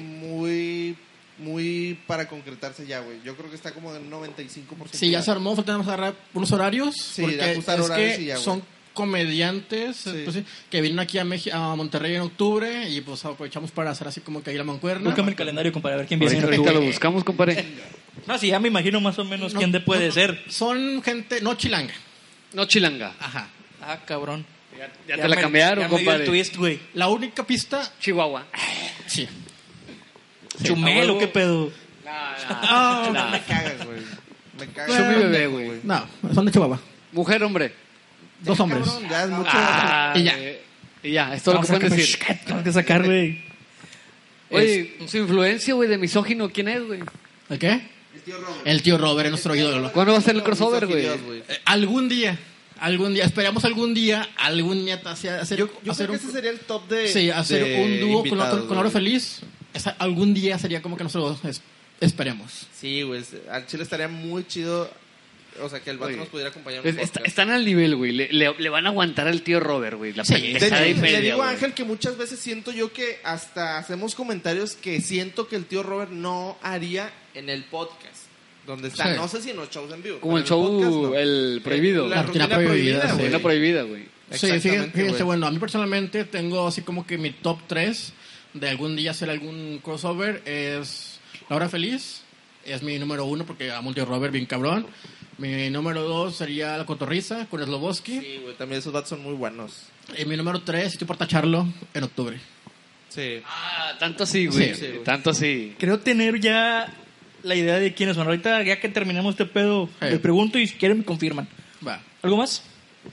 muy para concretarse ya, güey. Yo creo que está como en un 95%. Sí, ya se armó, faltan agarrar unos horarios. Sí, porque ajustar es horarios que y ya, güey. son comediantes Sí. pues sí, que vienen aquí a Monterrey en octubre y pues aprovechamos para hacer así como que ahí la mancuerna. Búscame el calendario, compadre, a ver quién viene. en Ahorita octubre. lo buscamos, compadre. No, sí, ya me imagino más o menos quién puede ser. Son gente no chilanga. No chilanga. Ajá. Ah, cabrón. Ya te la cambiaron, ya me dio compadre. el twist, güey. La única pista, Chihuahua. sí. Chumelo, ¿qué pedo? No, me cagas, güey. Me cagas. Soy mi bebé, güey. No, son de Chihuahua. Mujer, hombre. 2 hombres. Cabrón, ya es mucho. Y ya. Y ya, es todo lo que pueden decir. Tengo que sacar, güey. Oye, su influencia, güey, de misógino, ¿quién es, güey? ¿El qué? El tío Robert es nuestro ídolo. ¿Cuándo va a ser el crossover, güey? Dios, güey. Algún día, esperamos algún día hacer, Yo hacer creo que ese sería el top de. sí, hacer de un dúo invitados, con Oro güey. Feliz. Algún día sería como que nosotros esperemos. Sí, güey. Al chile estaría muy chido. O sea, que el vato Oye, nos pudiera acompañar. en un podcast. Están al nivel, güey. Le van a aguantar al tío Robert, güey. La Sí, De pendejada y hecho, le media, digo a güey. Ángel que muchas veces siento yo que hasta hacemos comentarios que siento que el tío Robert no haría en el podcast. Donde está, Sí. no sé si en los shows en vivo. Como el pero en show, podcast, no. el prohibido. La La rutina rutina prohibida, prohibida, sí. güey. Una prohibida, güey. Sí, Exactamente, fíjense, güey. bueno, a mí personalmente tengo así como que mi top 3 de algún día hacer algún crossover es La Hora Feliz, es mi número 1 porque amo al tío Robert bien cabrón. Mi número 2 sería La Cotorriza con Sloboski. Sí, güey. También esos vatos son muy buenos. Y mi número 3, estoy por tacharlo en octubre. Sí. Ah, tanto así, güey. Sí, güey. Tanto así. Creo tener ya la idea de quiénes son. Ahorita, ya que terminamos este pedo, Sí. les pregunto y si quieren me confirman. Va. ¿Algo más?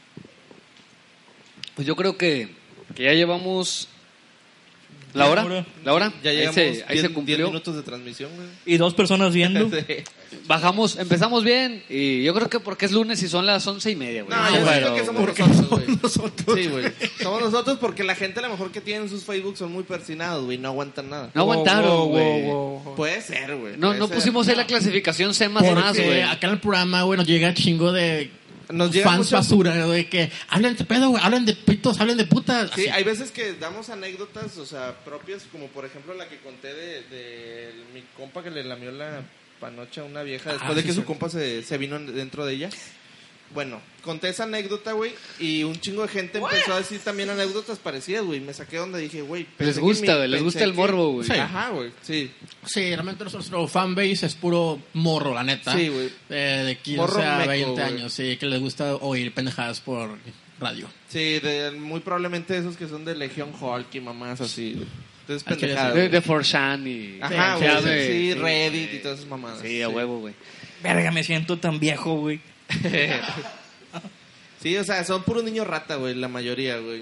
Pues yo creo que ya llevamos la hora. La hora. Ya Ahí llegamos se 10 cumplió. minutos de transmisión, güey. Y 2 personas viendo. Sí. Empezamos bien. Y yo creo que porque es lunes y son las 11:30, güey. No, yo Pero- siento que somos nosotros, güey. Sí, güey. Somos nosotros porque la gente a lo mejor que tiene en sus Facebook son muy persinados, güey. No aguantan nada. No aguantaron, güey. Puede ser, güey. No puede ser. pusimos ahí la clasificación C++, Porque güey. acá en el programa, güey, nos llega chingo de Nos llega fans mucho- basura, güey, que hablen de pedo, güey, hablen de pitos, hablen de putas. Sí, Así. hay veces que damos anécdotas, o sea, propias, como por ejemplo la que conté de mi compa que le lamió la panocha a una vieja después de sí, que sí. su compa se vino dentro de ella. Bueno, conté esa anécdota, güey, y un chingo de gente empezó a decir también anécdotas parecidas, güey. Me saqué donde dije, güey, Les pensé gusta, que güey, les pensé gusta el que- morbo, güey. Sí. Ajá, güey, sí. Sí, realmente nuestro fanbase es puro morro, la neta. Sí, güey. De 15 Morro a meco, 20 güey. años, sí, que les gusta oír pendejadas por radio. Sí, muy probablemente esos que son de Legion Hulk y mamás así, güey. Entonces, Al chile pendejadas. sí. De 4chan y... Ajá, Sí, güey, de- sí, Reddit y todas esas mamadas. Sí, a huevo, güey. Verga, me siento tan viejo, güey. Sí, o sea, son puros niños rata, güey, la mayoría, güey.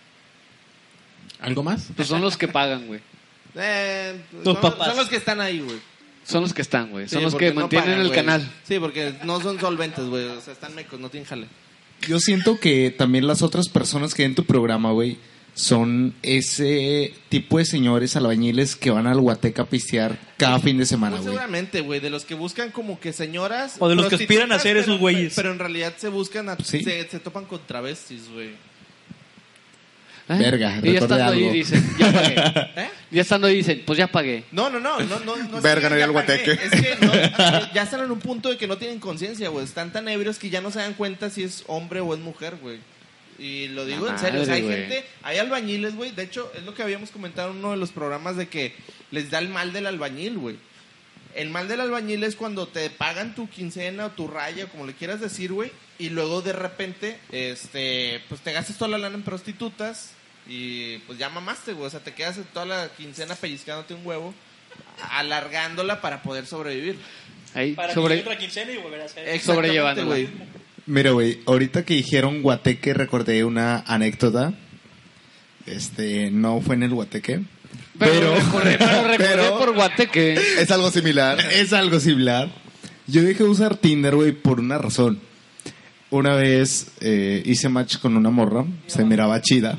¿Algo más? Pues son los que pagan, güey. Tus Son, papás. son los que están ahí, güey. Son los que están, güey. Son Sí, los porque que no mantienen pagan, el güey. canal. Sí, porque no son solventes, güey. O sea, están mecos, no tienen jale. Yo siento que también las otras personas que ven tu programa, güey, son ese tipo de señores albañiles que van al Guateca a pistear cada fin de semana, Muy güey. seguramente, güey. De los que buscan como que señoras. O de los que prostitutas, aspiran a ser esos pero- güeyes. Pero en realidad se buscan, Sí. se topan con travestis, güey. ¿Eh? Verga, Y ya recordé estando ahí algo. dicen, ya pagué. ¿Eh? Ya estando ahí dicen, pues ya pagué. No. es Verga, que no iría ya al pagué, guateque. Es que no, ya están en un punto de que no tienen conciencia, güey. Están tan ebrios que ya no se dan cuenta si es hombre o es mujer, güey. Y lo digo La en serio. O sea, hay madre, güey. gente, hay albañiles, güey. De hecho, es lo que habíamos comentado en uno de los programas de que les da el mal del albañil, güey. El mal del albañil es cuando te pagan tu quincena o tu raya, como le quieras decir, güey. Y luego de repente, pues te gastas toda la lana en prostitutas. Y pues ya mamaste, güey. O sea, te quedas toda la quincena pellizcándote un huevo, alargándola para poder sobrevivir. Ahí, Para sobre... otra quincena y volver a hacer. Exactamente, Sobrellevándola. güey. Mira, güey, ahorita que dijeron Guateque recordé una anécdota. No fue en el Guateque, Pero recordé pero- por Guateque. Es algo similar. es algo similar. Yo dejé de usar Tinder, güey, por una razón. Una vez hice match con una morra, se miraba chida.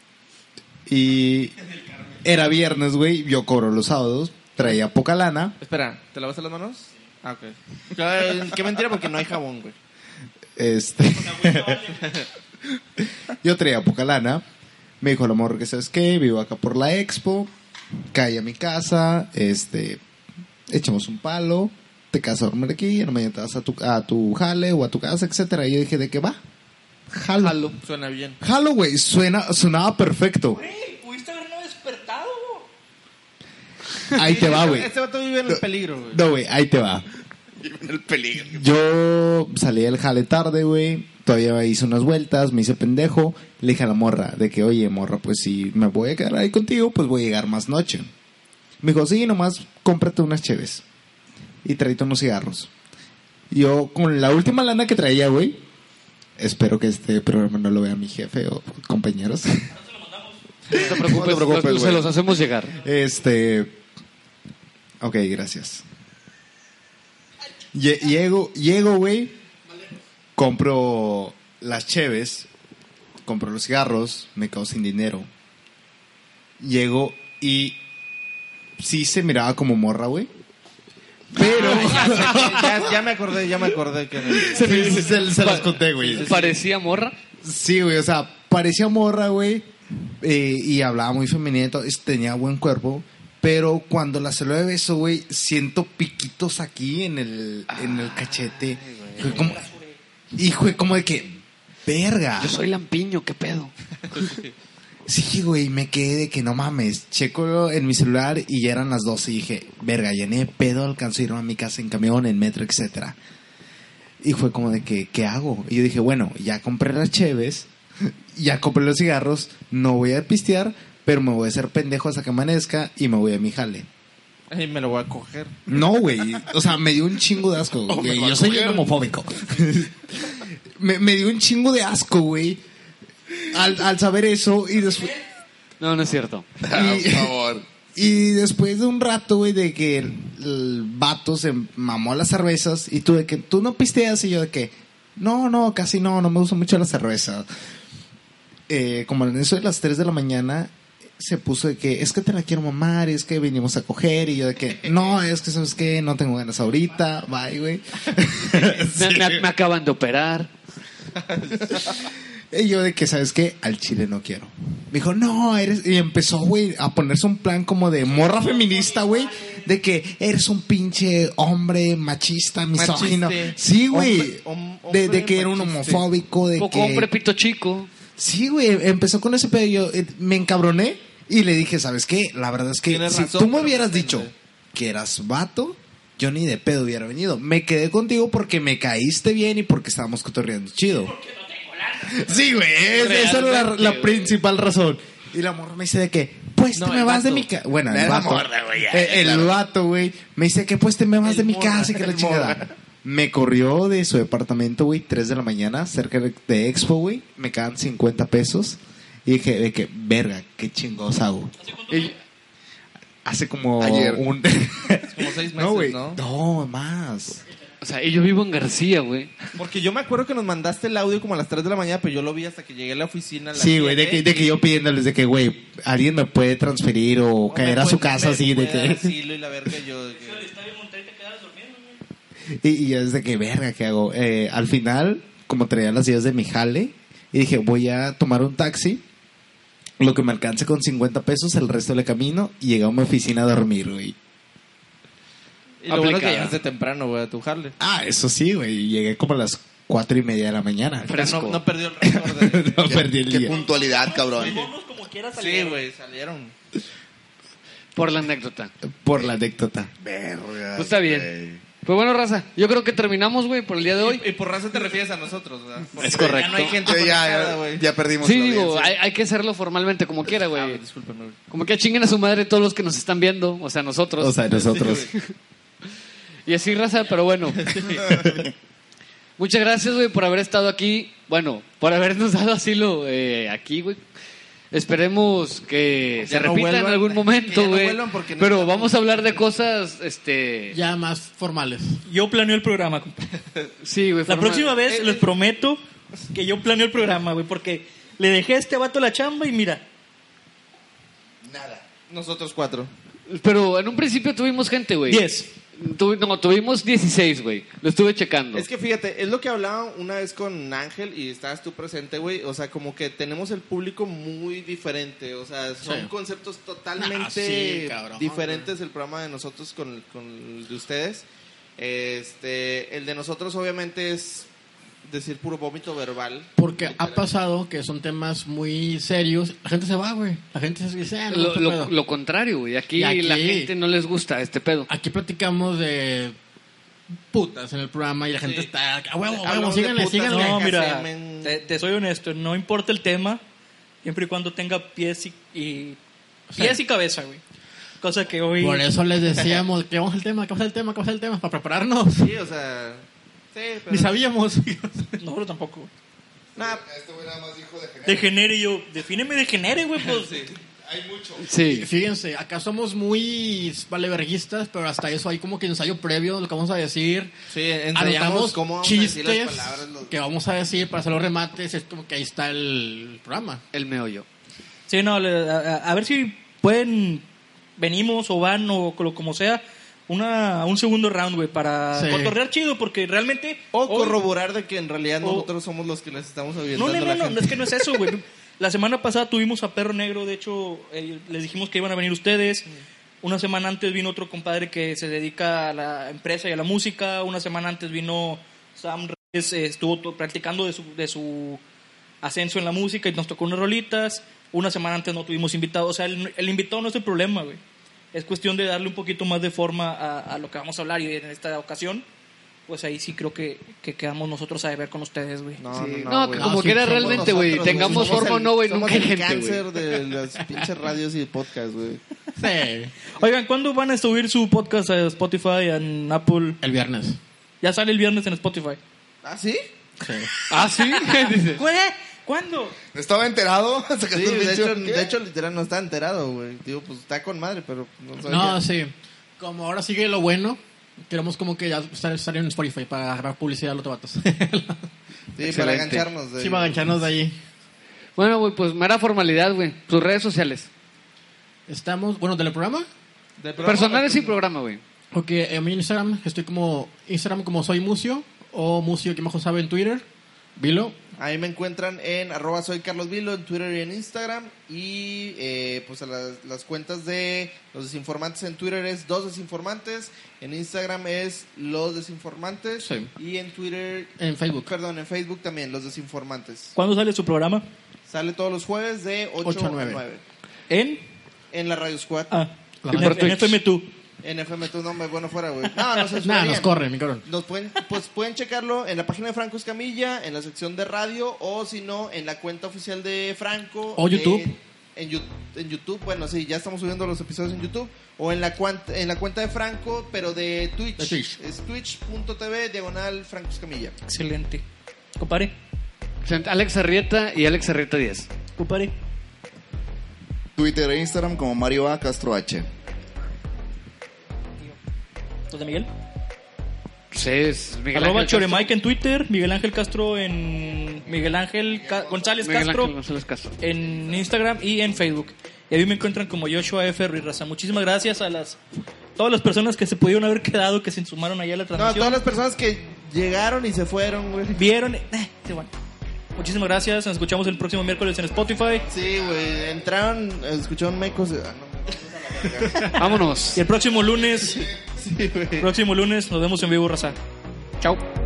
Y era viernes, güey, yo cobro los sábados, traía poca lana. Espera, ¿te lavaste las manos? Ah, ok. Qué mentira porque no hay jabón, güey. Yo traía poca lana. Me dijo el amor que sabes qué, vivo acá por la expo, cae a mi casa, echamos un palo, te quedas a dormir aquí, y no me llevas a tu jale o a tu casa, etcétera. Y yo dije, ¿de qué va? Jalo. Suena bien. Jalo, güey, sonaba perfecto. Güey, pudiste haberlo despertado. Ahí te va, güey. Este vato vive en el peligro, güey. No, güey, ahí te va. El peligro. Yo salí del jale tarde, güey. Todavía hice unas vueltas, me hice pendejo. Le dije a la morra de que, oye, morra, pues si me voy a quedar ahí contigo, pues voy a llegar más noche. Me dijo, sí, nomás cómprate unas cheves y tráete unos cigarros. Yo, con la última lana que traía, güey, espero que este programa no lo vea mi jefe o compañeros. No te preocupes, se güey. los hacemos llegar. Ok, gracias. Llego, güey. Compro las cheves. Compro los cigarros. Me quedo sin dinero. Llego y sí se miraba como morra, güey. Pero Ya me acordé que... se las conté, güey. ¿Parecía morra? Sí, güey, o sea, parecía morra, güey. Y hablaba muy femenino, tenía buen cuerpo. Pero cuando la saludé de beso, güey, siento piquitos aquí en el cachete. Fue como de que, verga. Yo soy lampiño, ¿qué pedo? Sí, güey, me quedé de que no mames. Checo en mi celular y ya eran las 12 y dije, verga, ya ni de pedo alcanzo a irme a mi casa en camión, en metro, etcétera. Y fue como de que, ¿qué hago? Y yo dije, bueno, ya compré las cheves, ya compré los cigarros, no voy a pistear, pero me voy a hacer pendejo hasta que amanezca y me voy a mi jale. Ay, me lo voy a coger. No, güey, o sea, me dio un chingo de asco, güey. Yo soy bien homofóbico. me dio un chingo de asco, güey. Al saber eso y después... No, no es cierto. Por favor. Y después de un rato, güey, de que el vato se mamó las cervezas y tú de que tú no pisteas y yo de que no, casi no me gusta mucho la cerveza. Como en eso de las 3 de la mañana se puso de que es que te la quiero mamar, es que venimos a coger y yo de que no, es que sabes que no tengo ganas ahorita, bye, güey. Me acaban de operar. Y yo de que, ¿sabes qué? Al chile no quiero. Me dijo, no, eres... Y empezó, güey, a ponerse un plan como de morra feminista, güey. De que eres un pinche hombre machista, misógino. Machiste. Sí, güey. De que era un machiste. homofóbico, de Poco que... hombre pito chico. Sí, güey, empezó con ese pedo. Yo me encabroné y le dije, ¿sabes qué? La verdad es que Tienes si razón, tú me pero hubieras presente. dicho que eras vato, yo ni de pedo hubiera venido. Me quedé contigo porque me caíste bien y porque estábamos cotorreando chido. Sí, güey, esa era Realmente, la güey. principal razón. Y la morra me dice de que, pues No, te me el vas de vato. mi casa. Bueno, el La vato. morra, güey, ya, El claro. vato, güey. Me dice que pues te me vas El de mi morra, casa y que la el chingada. morra. Me corrió de su departamento, güey, 3 de la mañana, cerca de Expo, güey. Me quedan 50 pesos. Y dije, de que, verga, qué chingados hago. Y- Hace como Ayer. un... Como 6 meses, no, güey. ¿no? No, más. o sea, y yo vivo en García, güey. Porque yo me acuerdo que nos mandaste el audio como a las 3 de la mañana, pero yo lo vi hasta que llegué a la oficina. a las Sí, güey, 7. de que yo pidiéndoles de que, güey, alguien me puede transferir o O caer me a su puede- casa me así de puede dar que... asilo y la verga, yo de que- Y yo es de que, verga, ¿qué hago? Al final, como traía las ideas de mi jale, y dije, voy a tomar un taxi, lo que me alcance con 50 pesos, el resto le camino, y llegué a mi oficina a dormir, güey. Y lo bueno es que Aplicada. llegaste temprano, güey, a tu Harley. Ah, eso sí, güey, llegué como a las 4:30 de la mañana. Fresco. No perdió el récord de... No perdí el Qué día. puntualidad, cabrón. Sí, güey, salieron. Por la anécdota. Por la anécdota. Verga, Pues está bien. güey. Pues bueno, raza, yo creo que terminamos, güey, por el día de hoy. Y por raza te refieres a nosotros, ¿verdad? Porque Es correcto. Ya no hay gente Sí, conectada, ya, güey. ya perdimos Sí, la digo, audiencia. hay que hacerlo formalmente, como quiera, güey. Discúlpeme, güey. Como que chinguen a su madre todos los que nos están viendo, o sea, nosotros. O sea, nosotros. Y así, raza, pero bueno. Muchas gracias, güey, por haber estado aquí. Bueno, por habernos dado asilo aquí, güey. Esperemos que Ya se no repita en vuelvan, algún que momento, ya no güey. vuelvan porque no Pero estamos- vamos a hablar de cosas, Ya más formales. Yo planeo el programa, compa. Sí, güey. La próxima vez les prometo que yo planeo el programa, güey, porque le dejé a este vato la chamba y mira. Nosotros 4. Pero en un principio tuvimos gente, güey. 10. No, tuvimos 16, güey. Lo estuve checando. Es que fíjate, es lo que hablaba una vez con Ángel y estabas tú presente, güey. O sea, como que tenemos el público muy diferente. O sea, son Sí. conceptos Ah, totalmente sí, cabrón. diferentes el programa de nosotros con el de ustedes. El de nosotros obviamente es decir puro vómito verbal. Porque ha Literal. pasado que son temas muy serios. La gente se va, güey. La gente se dice, no, Lo, este lo- pedo. lo contrario, güey. Aquí, Y aquí- la gente no les gusta este pedo. Aquí platicamos de putas en el programa y la gente Sí. está, a huevo, a huevo, Hablamos de síganle, putas, síganle. No, Caca, mira, semen. te soy honesto, no importa el tema, siempre y cuando tenga pies y Sí. pies y cabeza, güey. Cosa que hoy... Por eso les decíamos que vamos al tema, que vamos al tema, que vamos al tema, para prepararnos. Sí, o sea... Sí, pero... Ni sabíamos. No, pero tampoco. Nah, Este güey nada más dijo de general. Degenere y yo, defíneme degenere, güey, pues. Hay mucho. Sí. Fíjense, acá somos muy valeverguistas, pero hasta eso hay como que ensayo previo de lo que vamos a decir. sí, ensayamos Anotamos cómo vamos a decir chistes las palabras. que vamos a decir para hacer los remates. Es como que ahí está el programa. El meollo. Sí, no, a ver si pueden, venimos o van o como sea, un segundo round, güey, para Sí. cotorrear chido, porque realmente... O hoy- corroborar de que en realidad o- nosotros somos los que les estamos No, ayudando no, a la no, gente. es que no es eso, güey. La semana pasada tuvimos a Perro Negro, de hecho, les dijimos que iban a venir ustedes. Una semana antes vino otro compadre que se dedica a la empresa y a la música. Una semana antes vino Sam Reyes, estuvo practicando de su ascenso en la música y nos tocó unas rolitas. Una semana antes no tuvimos invitados. O sea, el invitado no es el problema, güey. Es cuestión de darle un poquito más de forma a lo que vamos a hablar. Y en esta ocasión, pues ahí sí creo que quedamos nosotros a deber con ustedes, güey. No, No, güey. que como sí, quiera somos realmente, güey. Nosotros, Tengamos somos forma o el- no, güey. somos Nunca hay el gente, cáncer güey. de las pinches radios y podcasts, güey. Sí. Oigan, ¿cuándo van a subir su podcast a Spotify, en Apple? El viernes. Ya sale el viernes en Spotify. ¿Ah, sí? Sí. Ah, sí. Dice. ¿Cuándo? ¿Estaba enterado? Sacaste Sí, un pinche- de hecho, literal no está enterado, güey. Digo, pues está con madre, pero no sabía. No, sí. Como ahora sigue lo bueno, queremos como que ya estar en Spotify para agarrar publicidad a los vatos. Sí, para Excelente. engancharnos. De... Sí, para engancharnos de ahí. Bueno, güey, pues mera formalidad, güey. Tus redes sociales. Estamos, bueno, del programa. Del programa, Personales y programa, güey. Ok, en mi Instagram estoy como Soy Mucio o Mucio que mejor sabe en Twitter. Vilo. Ahí me encuentran en @soycarlosvilo en Twitter y en Instagram. Y pues a las cuentas de Los Desinformantes en Twitter es Dos Desinformantes. En Instagram es Los Desinformantes. Sí. Y en Twitter... En Facebook. Perdón, en Facebook también, Los Desinformantes. ¿Cuándo sale su programa? Sale todos los jueves de 8 a 9. En la Radio Squad. La En radio. FM2. En FM, tu nombre, bueno, fuera, güey. No se Nada, nos corre, mi cabrón. pueden checarlo en la página de Franco Escamilla, en la sección de radio, o si no, en la cuenta oficial de Franco. O YouTube. En YouTube, bueno, sí, ya estamos subiendo los episodios en YouTube. O en la cuenta de Franco, pero de Twitch. De Twitch. Es twitch.tv/Franco Escamilla. Excelente. Compare. Alex Arrieta y Alex Arrieta 10. Compare. Twitter e Instagram como Mario A. Castro H. ¿Los de Miguel? Sí, es Miguel Arroba Ángel Choremike en Twitter, Miguel Ángel Castro en... González Miguel Castro Ángel González Castro. en Instagram y en Facebook. Y a mí me encuentran como Joshua F. Ruiz Raza. Muchísimas gracias a todas las personas que se pudieron haber quedado, que se sumaron allá a la No, transmisión. todas las personas que llegaron y se fueron, güey. Vieron. Sí, bueno. Muchísimas gracias. Nos escuchamos el próximo miércoles en Spotify. Sí, güey. Entraron, escucharon mecos. Vámonos. Y el próximo lunes. Sí, güey. Próximo lunes nos vemos en vivo, Raza. Chao.